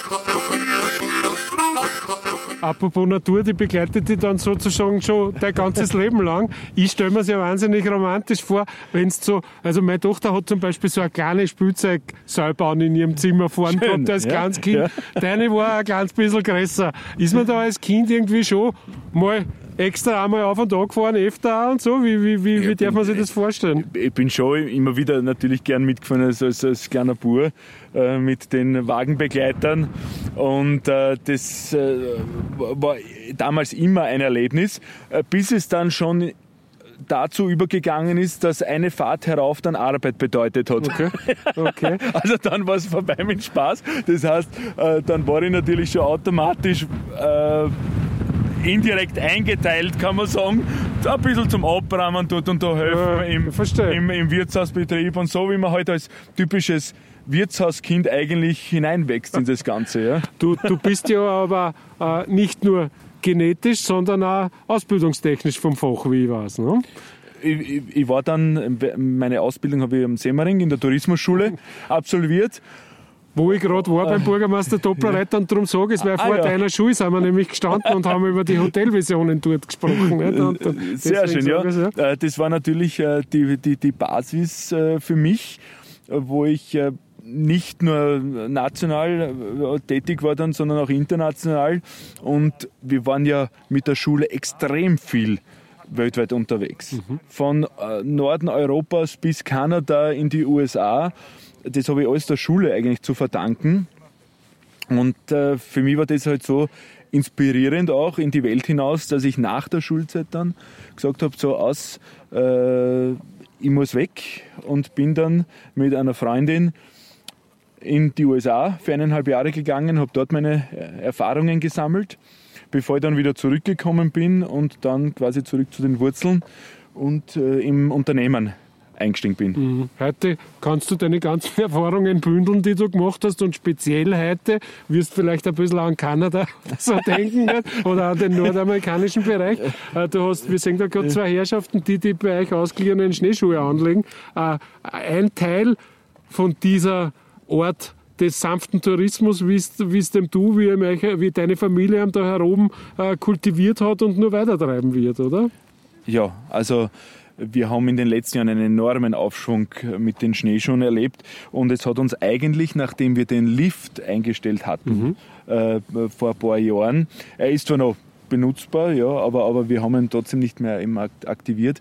Apropos Natur, die begleitet dich dann sozusagen schon dein ganzes Leben lang. Ich stelle mir es ja wahnsinnig romantisch vor, wenn es so, also meine Tochter hat zum Beispiel so eine kleine Spielzeugseilbahn in ihrem Zimmer vorn gehabt als ja, kleines Kind. ja. Deine war ein kleines bisschen größer. Ist man da als Kind irgendwie schon mal extra einmal auf und an gefahren, öfter auch und so? Wie, wie, wie, wie darf man sich das vorstellen? Ich bin schon immer wieder natürlich gern mitgefahren als, als, als kleiner Bub äh, mit den Wagenbegleitern und äh, das äh, war damals immer ein Erlebnis, äh, bis es dann schon dazu übergegangen ist, dass eine Fahrt herauf dann Arbeit bedeutet hat. Okay. Okay. Also dann war es vorbei mit Spaß. Das heißt, äh, dann war ich natürlich schon automatisch äh, indirekt eingeteilt, kann man sagen, ein bisschen zum Abräumen dort und da helfen Ja, im, im, im Wirtshausbetrieb und so, wie man halt als typisches Wirtshauskind eigentlich hineinwächst in das Ganze. Ja. Du, du bist ja aber äh, nicht nur genetisch, sondern auch ausbildungstechnisch vom Fach, wie ich weiß. Ne? Ich, ich, ich war dann, meine Ausbildung habe ich am Semmering in der Tourismusschule absolviert. Wo ich gerade war beim Bürgermeister Dopplerreiter und darum sage, es war Ah, vor ja. deiner Schule, sind wir nämlich gestanden und haben über die Hotelvisionen dort gesprochen. Nicht? Und, und Sehr schön, ja. sage ich, ja. Das war natürlich äh, die, die, die Basis äh, für mich, äh, wo ich äh, nicht nur national äh, tätig war dann, sondern auch international. Und wir waren ja mit der Schule extrem viel weltweit unterwegs. Mhm. Von äh, Norden Europas bis Kanada in die U S A. Das habe ich alles der Schule eigentlich zu verdanken. Und äh, für mich war das halt so inspirierend auch in die Welt hinaus, dass ich nach der Schulzeit dann gesagt habe, so aus, äh, ich muss weg, und bin dann mit einer Freundin in die U S A für eineinhalb Jahre gegangen, habe dort meine Erfahrungen gesammelt, bevor ich dann wieder zurückgekommen bin und dann quasi zurück zu den Wurzeln und äh, im Unternehmen eingestiegen bin. Mhm. Heute kannst du deine ganzen Erfahrungen bündeln, die du gemacht hast, und speziell heute wirst du vielleicht ein bisschen an Kanada so denken, nicht? Oder an den nordamerikanischen Bereich. Du hast, wir sehen da gerade zwei Herrschaften, die die bei euch ausgeliehenen Schneeschuhe anlegen. Ein Teil von dieser Art des sanften Tourismus, wie es dem du, wie, wie deine Familie da heroben kultiviert hat und nur weitertreiben wird, oder? Ja, also wir haben in den letzten Jahren einen enormen Aufschwung mit den Schneeschuhen erlebt, und es hat uns eigentlich, nachdem wir den Lift eingestellt hatten, mhm. äh, vor ein paar Jahren, er ist zwar noch benutzbar, ja, aber, aber wir haben ihn trotzdem nicht mehr im Markt aktiviert,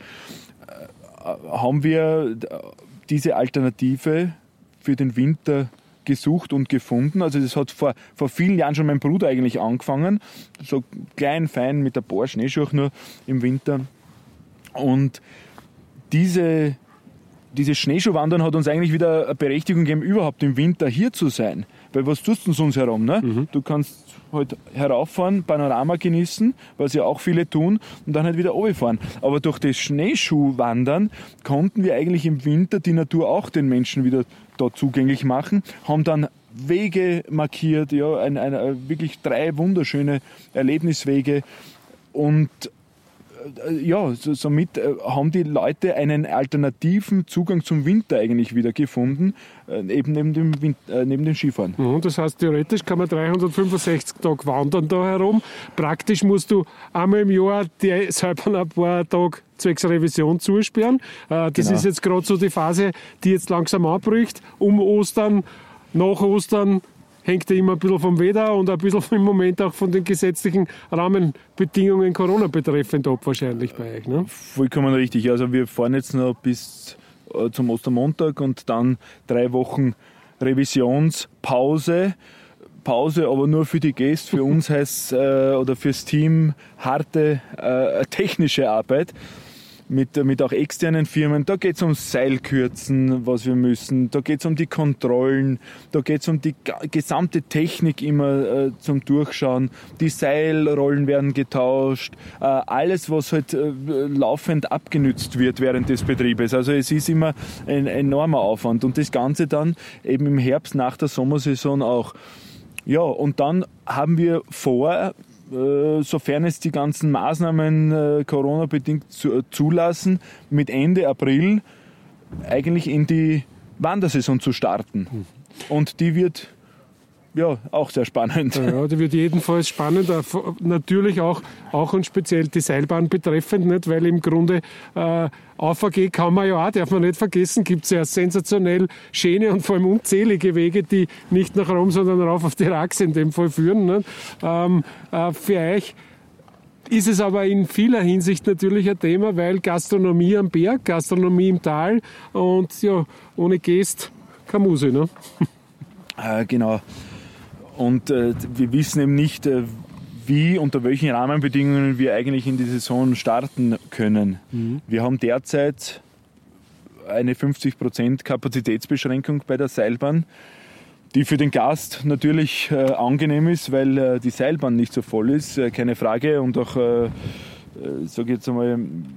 äh, haben wir diese Alternative für den Winter gesucht und gefunden. Also das hat vor, vor vielen Jahren schon mein Bruder eigentlich angefangen, so klein, fein mit ein paar Schneeschuhe nur im Winter. Und diese, dieses Schneeschuhwandern hat uns eigentlich wieder eine Berechtigung gegeben, überhaupt im Winter hier zu sein. Weil was tust du uns herum? Ne? Mhm. Du kannst halt herauffahren, Panorama genießen, was ja auch viele tun, und dann halt wieder runterfahren. Aber durch das Schneeschuhwandern konnten wir eigentlich im Winter die Natur auch den Menschen wieder da zugänglich machen, haben dann Wege markiert, ja, ein, ein, wirklich drei wunderschöne Erlebniswege, und ja, so, somit äh, haben die Leute einen alternativen Zugang zum Winter eigentlich wieder gefunden, äh, eben neben dem, Win- äh, neben dem Skifahren. Mhm, das heißt, theoretisch kann man dreihundertfünfundsechzig Tage wandern da herum. Praktisch musst du einmal im Jahr die Seilbahn ein paar Tage zwecks Revision zusperren. Äh, das Genau. ist jetzt gerade so die Phase, die jetzt langsam anbricht. Um Ostern, nach Ostern hängt ja immer ein bisschen vom Wetter und ein bisschen im Moment auch von den gesetzlichen Rahmenbedingungen Corona betreffend ab wahrscheinlich bei euch. Ne? Vollkommen richtig. Also wir fahren jetzt noch bis äh, zum Ostermontag und dann drei Wochen Revisionspause. Pause, aber nur für die Gäste. Für uns heißt äh, oder fürs Team harte äh, technische Arbeit. Mit, mit auch externen Firmen. Da geht es ums Seilkürzen, was wir müssen. Da geht es um die Kontrollen. Da geht es um die ga- gesamte Technik immer äh, zum Durchschauen. Die Seilrollen werden getauscht. Äh, alles, was halt äh, laufend abgenützt wird während des Betriebes. Also es ist immer ein enormer Aufwand. Und das Ganze dann eben im Herbst nach der Sommersaison auch. Ja, und dann haben wir vor, sofern es die ganzen Maßnahmen äh, Corona-bedingt zu, äh, zulassen, mit Ende April eigentlich in die Wandersaison zu starten. Und die wird ja auch sehr spannend. Ja, die wird jedenfalls spannend, natürlich auch, auch und speziell die Seilbahn betreffend, nicht? Weil im Grunde äh, A V G kann man ja auch, darf man nicht vergessen, gibt es ja sensationell schöne und vor allem unzählige Wege, die nicht nach Rom, sondern rauf auf die Rax in dem Fall führen. Nicht? Ähm, äh, für euch ist es aber in vieler Hinsicht natürlich ein Thema, weil Gastronomie am Berg, Gastronomie im Tal und ja, ohne Gäste keine Muse. Ne? Äh, genau. Und äh, wir wissen eben nicht, äh, wie, unter welchen Rahmenbedingungen wir eigentlich in die Saison starten können. Mhm. Wir haben derzeit eine fünfzig Prozent Kapazitätsbeschränkung bei der Seilbahn, die für den Gast natürlich äh, angenehm ist, weil äh, die Seilbahn nicht so voll ist, äh, keine Frage. Und auch, äh, äh, sage ich jetzt einmal,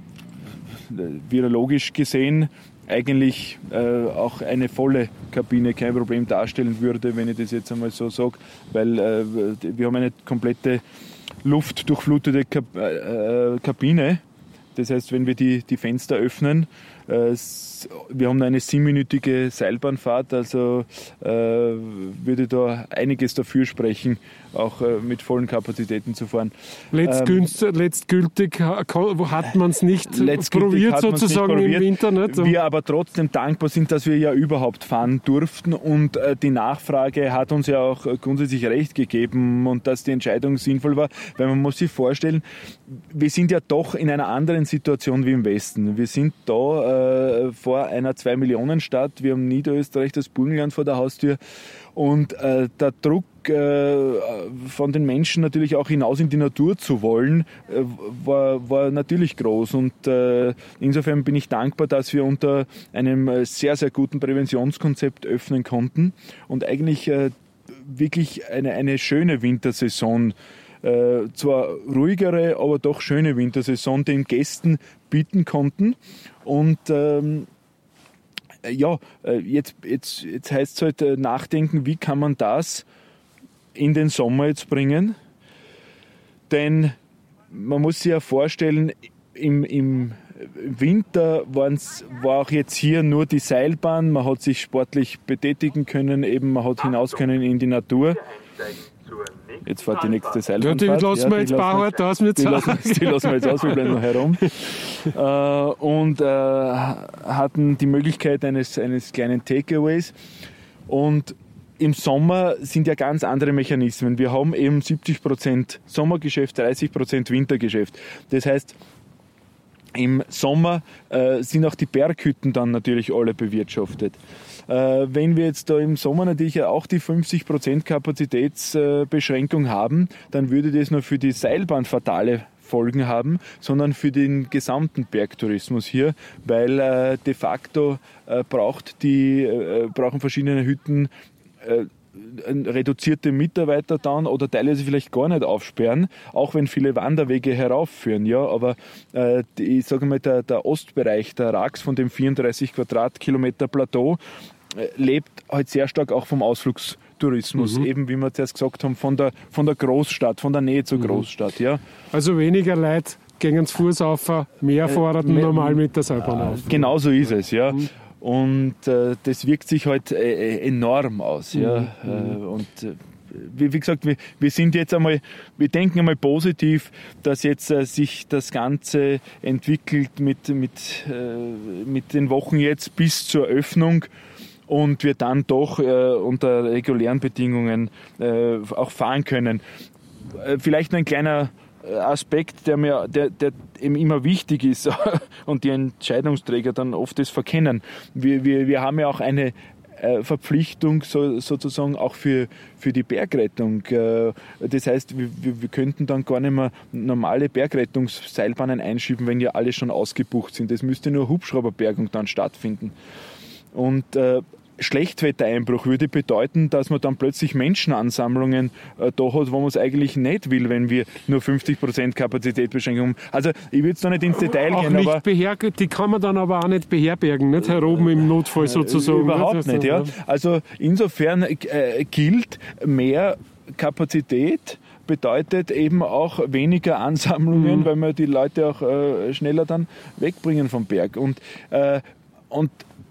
virologisch gesehen, eigentlich äh, auch eine volle Kabine kein Problem darstellen würde, wenn ich das jetzt einmal so sage, weil äh, wir haben eine komplette luftdurchflutete Kab- äh, Kabine. Das heißt, wenn wir die, die Fenster öffnen, äh, wir haben eine siebenminütige Seilbahnfahrt, also äh, würde da einiges dafür sprechen, auch äh, mit vollen Kapazitäten zu fahren. Letztgültig, ähm, letztgültig hat man es nicht probiert sozusagen nicht probiert, im Winter. Nicht? Wir aber trotzdem dankbar sind, dass wir ja überhaupt fahren durften und äh, die Nachfrage hat uns ja auch grundsätzlich recht gegeben und dass die Entscheidung sinnvoll war, weil man muss sich vorstellen, wir sind ja doch in einer anderen Situation wie im Westen. Wir sind da äh, vor einer zwei-Millionen-Stadt, wir haben Niederösterreich, das Burgenland vor der Haustür und äh, der Druck äh, von den Menschen natürlich auch hinaus in die Natur zu wollen, äh, war, war natürlich groß und äh, insofern bin ich dankbar, dass wir unter einem sehr, sehr guten Präventionskonzept öffnen konnten und eigentlich äh, wirklich eine, eine schöne Wintersaison, äh, zwar ruhigere, aber doch schöne Wintersaison den Gästen bieten konnten und ähm, ja, jetzt, jetzt, jetzt heißt es halt nachdenken, wie kann man das in den Sommer jetzt bringen? Denn man muss sich ja vorstellen, im, im Winter waren's, war auch jetzt hier nur die Seilbahn, man hat sich sportlich betätigen können, eben man hat hinaus können in die Natur. Jetzt fährt die nächste Seilbahn. Ja, die lassen wir jetzt bauhart aus mit die lassen, die lassen wir jetzt aus, wir bleiben noch herum. äh, und äh, hatten die Möglichkeit eines, eines kleinen Takeaways. Und im Sommer sind ja ganz andere Mechanismen. Wir haben eben siebzig Prozent Sommergeschäft, dreißig Prozent Wintergeschäft. Das heißt, im Sommer äh, sind auch die Berghütten dann natürlich alle bewirtschaftet. Äh, wenn wir jetzt da im Sommer natürlich auch die fünfzig Prozent Kapazitätsbeschränkung haben, dann würde das nur für die Seilbahn fatale Folgen haben, sondern für den gesamten Bergtourismus hier, weil äh, de facto äh, braucht die, äh, brauchen verschiedene Hütten äh, reduzierte Mitarbeiter dann oder teilweise vielleicht gar nicht aufsperren, auch wenn viele Wanderwege heraufführen. Ja, aber äh, die, ich sage mal, der, der Ostbereich der Rax von dem vierunddreißig Quadratkilometer Plateau äh, lebt halt sehr stark auch vom Ausflugstourismus, mhm. eben wie wir zuerst gesagt haben, von der, von der Großstadt, von der Nähe zur mhm. Großstadt. Ja. Also weniger Leute gehen zu Fuß auf, mehr fahren äh, normal mit der Seilbahn äh, auf. Genau so ist es, ja. Mhm. Und äh, das wirkt sich halt äh, enorm aus. Mhm. Ja. Äh, und äh, wie, wie gesagt, wir, wir sind jetzt einmal, wir denken einmal positiv, dass jetzt äh, sich das Ganze entwickelt mit, mit, äh, mit den Wochen jetzt bis zur Öffnung. Und wir dann doch äh, unter regulären Bedingungen äh, auch fahren können. Äh, vielleicht noch ein kleiner Aspekt, der mir der, der eben immer wichtig ist und die Entscheidungsträger dann oft das verkennen. Wir, wir, wir haben ja auch eine äh, Verpflichtung so, sozusagen auch für, für die Bergrettung. Äh, das heißt, wir, wir könnten dann gar nicht mehr normale Bergrettungsseilbahnen einschieben, wenn ja alle schon ausgebucht sind. Es müsste nur Hubschrauberbergung dann stattfinden. Und äh, Schlechtwettereinbruch würde bedeuten, dass man dann plötzlich Menschenansammlungen äh, da hat, wo man es eigentlich nicht will, wenn wir nur fünfzig Prozent Kapazitätsbeschränkung haben. Also ich will jetzt da nicht ins Detail auch gehen, nicht aber... Beherg- die kann man dann aber auch nicht beherbergen, nicht heroben im Notfall sozusagen. Überhaupt nicht, ja. Also insofern äh, gilt mehr Kapazität bedeutet eben auch weniger Ansammlungen, mhm. weil wir die Leute auch äh, schneller dann wegbringen vom Berg. Und, äh, und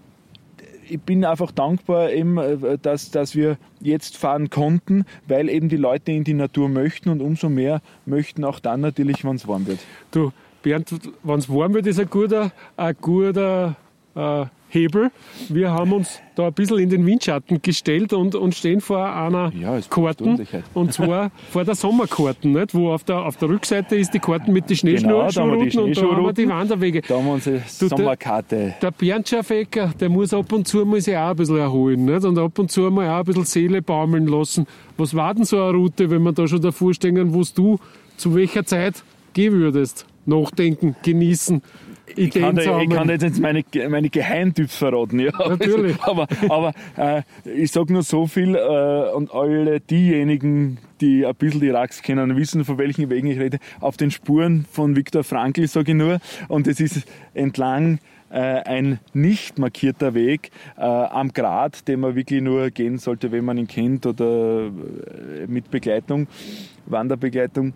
ich bin einfach dankbar, eben, dass, dass wir jetzt fahren konnten, weil eben die Leute in die Natur möchten und umso mehr möchten auch dann natürlich, wenn es warm wird. Du, Bernd, wenn es warm wird, ist ein guter, ein guter äh, Hebel. Wir haben uns da ein bisschen in den Windschatten gestellt und, und stehen vor einer ja, Karten, und zwar vor der Sommerkarten, nicht? Wo auf der, auf der Rückseite ist die Karten mit den Schneeschuhrouten genau, und da haben wir die Wanderwege. Da haben wir unsere du, Sommerkarte. Der, der Bernd Scharfecker, der muss ab und zu mal sich auch ein bisschen erholen, nicht? Und ab und zu mal auch ein bisschen Seele baumeln lassen. Was war denn so eine Route, wenn wir da schon davor stehen, wo du zu welcher Zeit gehen würdest? Nachdenken, genießen. Ich kann, da, ich kann jetzt meine, meine Geheimtipps verraten. Ja. Natürlich. aber aber äh, ich sage nur so viel äh, und alle diejenigen, die ein bisschen die Rax kennen, wissen, von welchen Wegen ich rede. Auf den Spuren von Viktor Frankl, sage ich nur. Und es ist entlang äh, ein nicht markierter Weg äh, am Grat, den man wirklich nur gehen sollte, wenn man ihn kennt oder äh, mit Begleitung, Wanderbegleitung.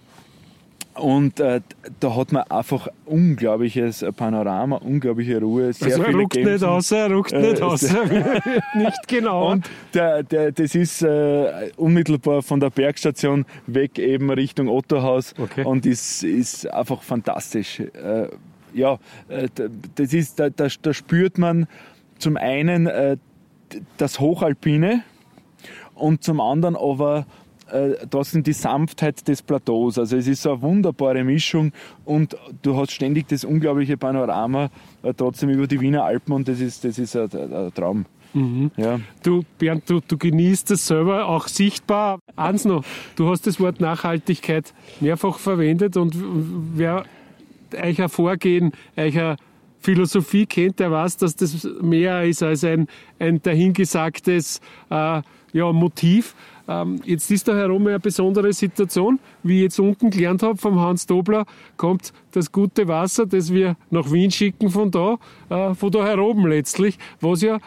Und äh, da hat man einfach unglaubliches Panorama, unglaubliche Ruhe. Sehr also er viele ruckt Gämsen. nicht aus, er ruckt äh, nicht aus. Nicht genau. Und der, der, das ist äh, unmittelbar von der Bergstation weg eben Richtung Ottohaus okay. und ist, ist einfach fantastisch. Äh, ja, äh, das ist, da, da, da spürt man zum einen äh, das Hochalpine und zum anderen aber trotzdem die Sanftheit des Plateaus. Also es ist so eine wunderbare Mischung und du hast ständig das unglaubliche Panorama äh, trotzdem über die Wiener Alpen und das ist, das ist ein, ein Traum. Mhm. Ja. Du, Bernd, du, du genießt es selber auch sichtbar. Eins noch, du hast das Wort Nachhaltigkeit mehrfach verwendet und wer euch ein Vorgehen, euch eine Philosophie kennt, der weiß, dass das mehr ist als ein, ein dahingesagtes äh, ja, Motiv. Ähm, jetzt ist da herum eine besondere Situation. Wie ich jetzt unten gelernt habe vom Hans Dobler, kommt das gute Wasser, das wir nach Wien schicken von da, äh, von da heroben letztlich, was ja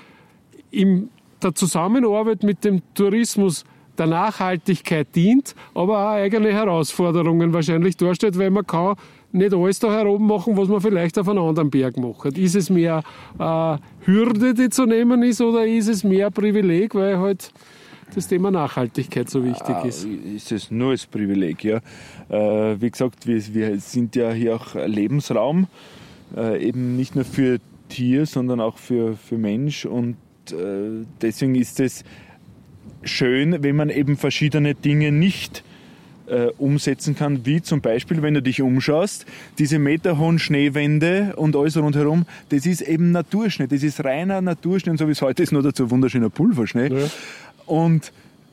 in der Zusammenarbeit mit dem Tourismus der Nachhaltigkeit dient, aber auch eigene Herausforderungen wahrscheinlich darstellt, weil man kann nicht alles da heroben machen, was man vielleicht auf einem anderen Berg macht. Ist es mehr äh, Hürde, die zu nehmen ist, oder ist es mehr Privileg, weil halt das Thema Nachhaltigkeit so wichtig ist? Ist es nur das Privileg, ja. Äh, wie gesagt, wir, wir sind ja hier auch Lebensraum, äh, eben nicht nur für Tier, sondern auch für, für Mensch und äh, deswegen ist es schön, wenn man eben verschiedene Dinge nicht äh, umsetzen kann, wie zum Beispiel, wenn du dich umschaust, diese meterhohen Schneewände und alles rundherum, das ist eben Naturschnee, das ist reiner Naturschnee und so wie es heute ist, nur dazu wunderschöner Pulverschnee. Ja. Und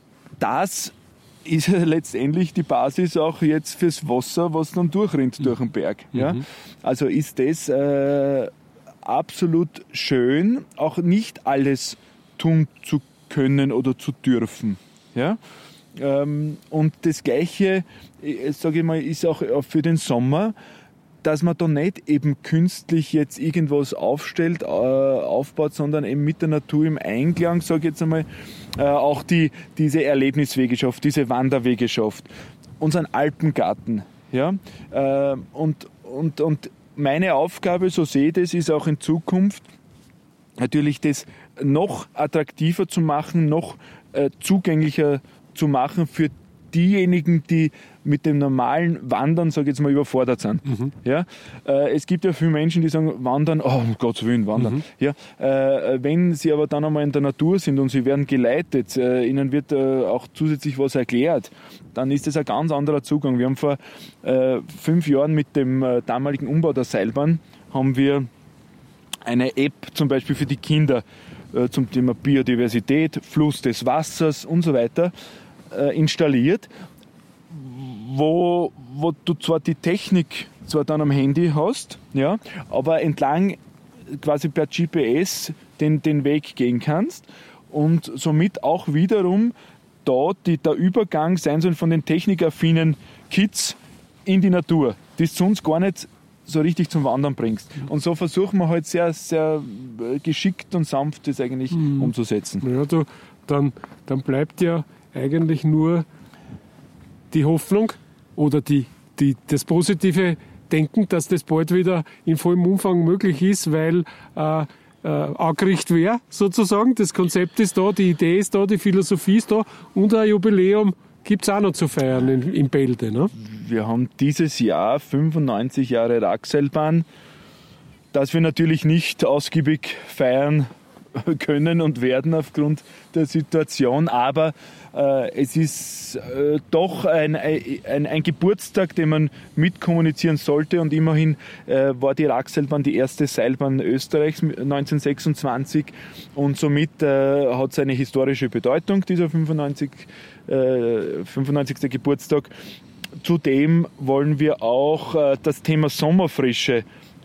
das ist letztendlich die Basis auch jetzt fürs Wasser, was dann durchrinnt durch den Berg. Mhm. Ja? Also ist das äh, absolut schön, auch nicht alles tun zu können oder zu dürfen. Ja? Ähm, und das Gleiche, sage ich mal, ist auch für den Sommer, dass man da nicht eben künstlich jetzt irgendwas aufstellt, äh, aufbaut, sondern eben mit der Natur im Einklang, sage ich jetzt einmal, äh, auch die, diese Erlebniswege schafft, diese Wanderwege schafft, unseren Alpengarten. Ja? Äh, und, und, und meine Aufgabe, so sehe ich das, ist auch in Zukunft natürlich das noch attraktiver zu machen, noch äh, zugänglicher zu machen für diejenigen, die mit dem normalen Wandern, sage ich jetzt mal, überfordert sind. Mhm. Ja? Äh, es gibt ja viele Menschen, die sagen, Wandern, oh, um Gottes Willen, Wandern. Mhm. Ja? Äh, wenn sie aber dann einmal in der Natur sind und sie werden geleitet, äh, ihnen wird äh, auch zusätzlich was erklärt, dann ist das ein ganz anderer Zugang. Wir haben vor äh, fünf Jahren mit dem äh, damaligen Umbau der Seilbahn, haben wir eine App zum Beispiel für die Kinder äh, zum Thema Biodiversität, Fluss des Wassers und so weiter äh, installiert, wo, wo du zwar die Technik zwar dann am Handy hast, ja, aber entlang quasi per G P S den, den Weg gehen kannst und somit auch wiederum da die, der Übergang sein soll von den technikaffinen Kids in die Natur, die es sonst gar nicht so richtig zum Wandern bringst. Und so versuchen wir halt sehr, sehr geschickt und sanft das eigentlich mhm. umzusetzen. Ja, du, dann, dann bleibt ja eigentlich nur die Hoffnung oder die, die, das positive Denken, dass das bald wieder in vollem Umfang möglich ist, weil äh, äh, angerichtet wäre, sozusagen. Das Konzept ist da, die Idee ist da, die Philosophie ist da und ein Jubiläum gibt es auch noch zu feiern in, in Bälde. Ne? Wir haben dieses Jahr fünfundneunzig Jahre Rackseilbahn, das wir natürlich nicht ausgiebig feiern können und werden aufgrund der Situation, aber äh, es ist äh, doch ein, ein, ein Geburtstag, den man mitkommunizieren sollte und immerhin äh, war die Rackseilbahn die erste Seilbahn Österreichs neunzehnhundertsechsundzwanzig und somit äh, hat es eine historische Bedeutung, dieser fünfundneunzig, äh, fünfundneunzigste Geburtstag. Zudem wollen wir auch äh, das Thema Sommerfrische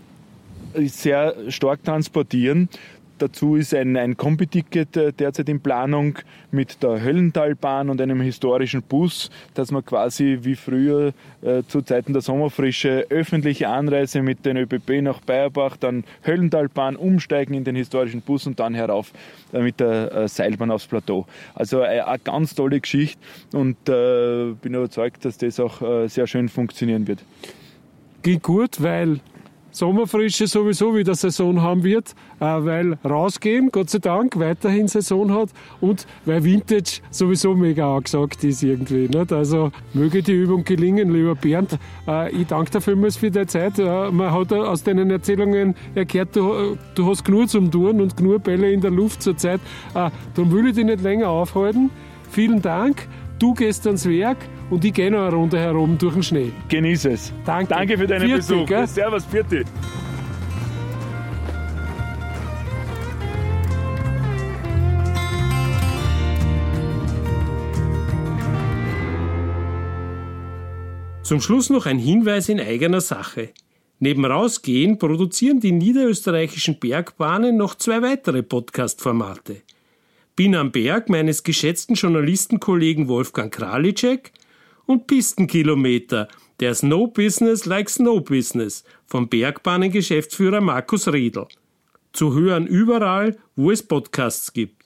sehr stark transportieren. Dazu ist ein, ein Kombi-Ticket derzeit in Planung mit der Höllentalbahn und einem historischen Bus, dass man quasi wie früher äh, zu Zeiten der Sommerfrische öffentliche Anreise mit den ÖBB nach Bayerbach, dann Höllentalbahn, umsteigen in den historischen Bus und dann herauf äh, mit der äh, Seilbahn aufs Plateau. Also äh, eine ganz tolle Geschichte und äh, bin überzeugt, dass das auch äh, sehr schön funktionieren wird. Geht gut, weil Sommerfrische sowieso wieder Saison haben wird, äh, weil rausgehen, Gott sei Dank, weiterhin Saison hat und weil Vintage sowieso mega angesagt ist irgendwie. Nicht? Also möge die Übung gelingen, lieber Bernd. Äh, ich danke dir vielmals für deine Zeit. Äh, man hat aus deinen Erzählungen erklärt, du, du hast genug zum Tun und genug Bälle in der Luft zur Zeit. Äh, darum will ich dich nicht länger aufhalten. Vielen Dank. Du gehst ans Werk und ich gehe noch eine Runde herum durch den Schnee. Genieß es. Danke. Danke für deinen Vierte, Besuch. Gell? Servus, Vierte. Zum Schluss noch ein Hinweis in eigener Sache. Neben Rausgehen produzieren die niederösterreichischen Bergbahnen noch zwei weitere Podcast-Formate. Bin am Berg meines geschätzten Journalistenkollegen Wolfgang Kralitschek und Pistenkilometer, der Snow Business like Snow Business vom Bergbahnengeschäftsführer Markus Riedl. Zu hören überall, wo es Podcasts gibt.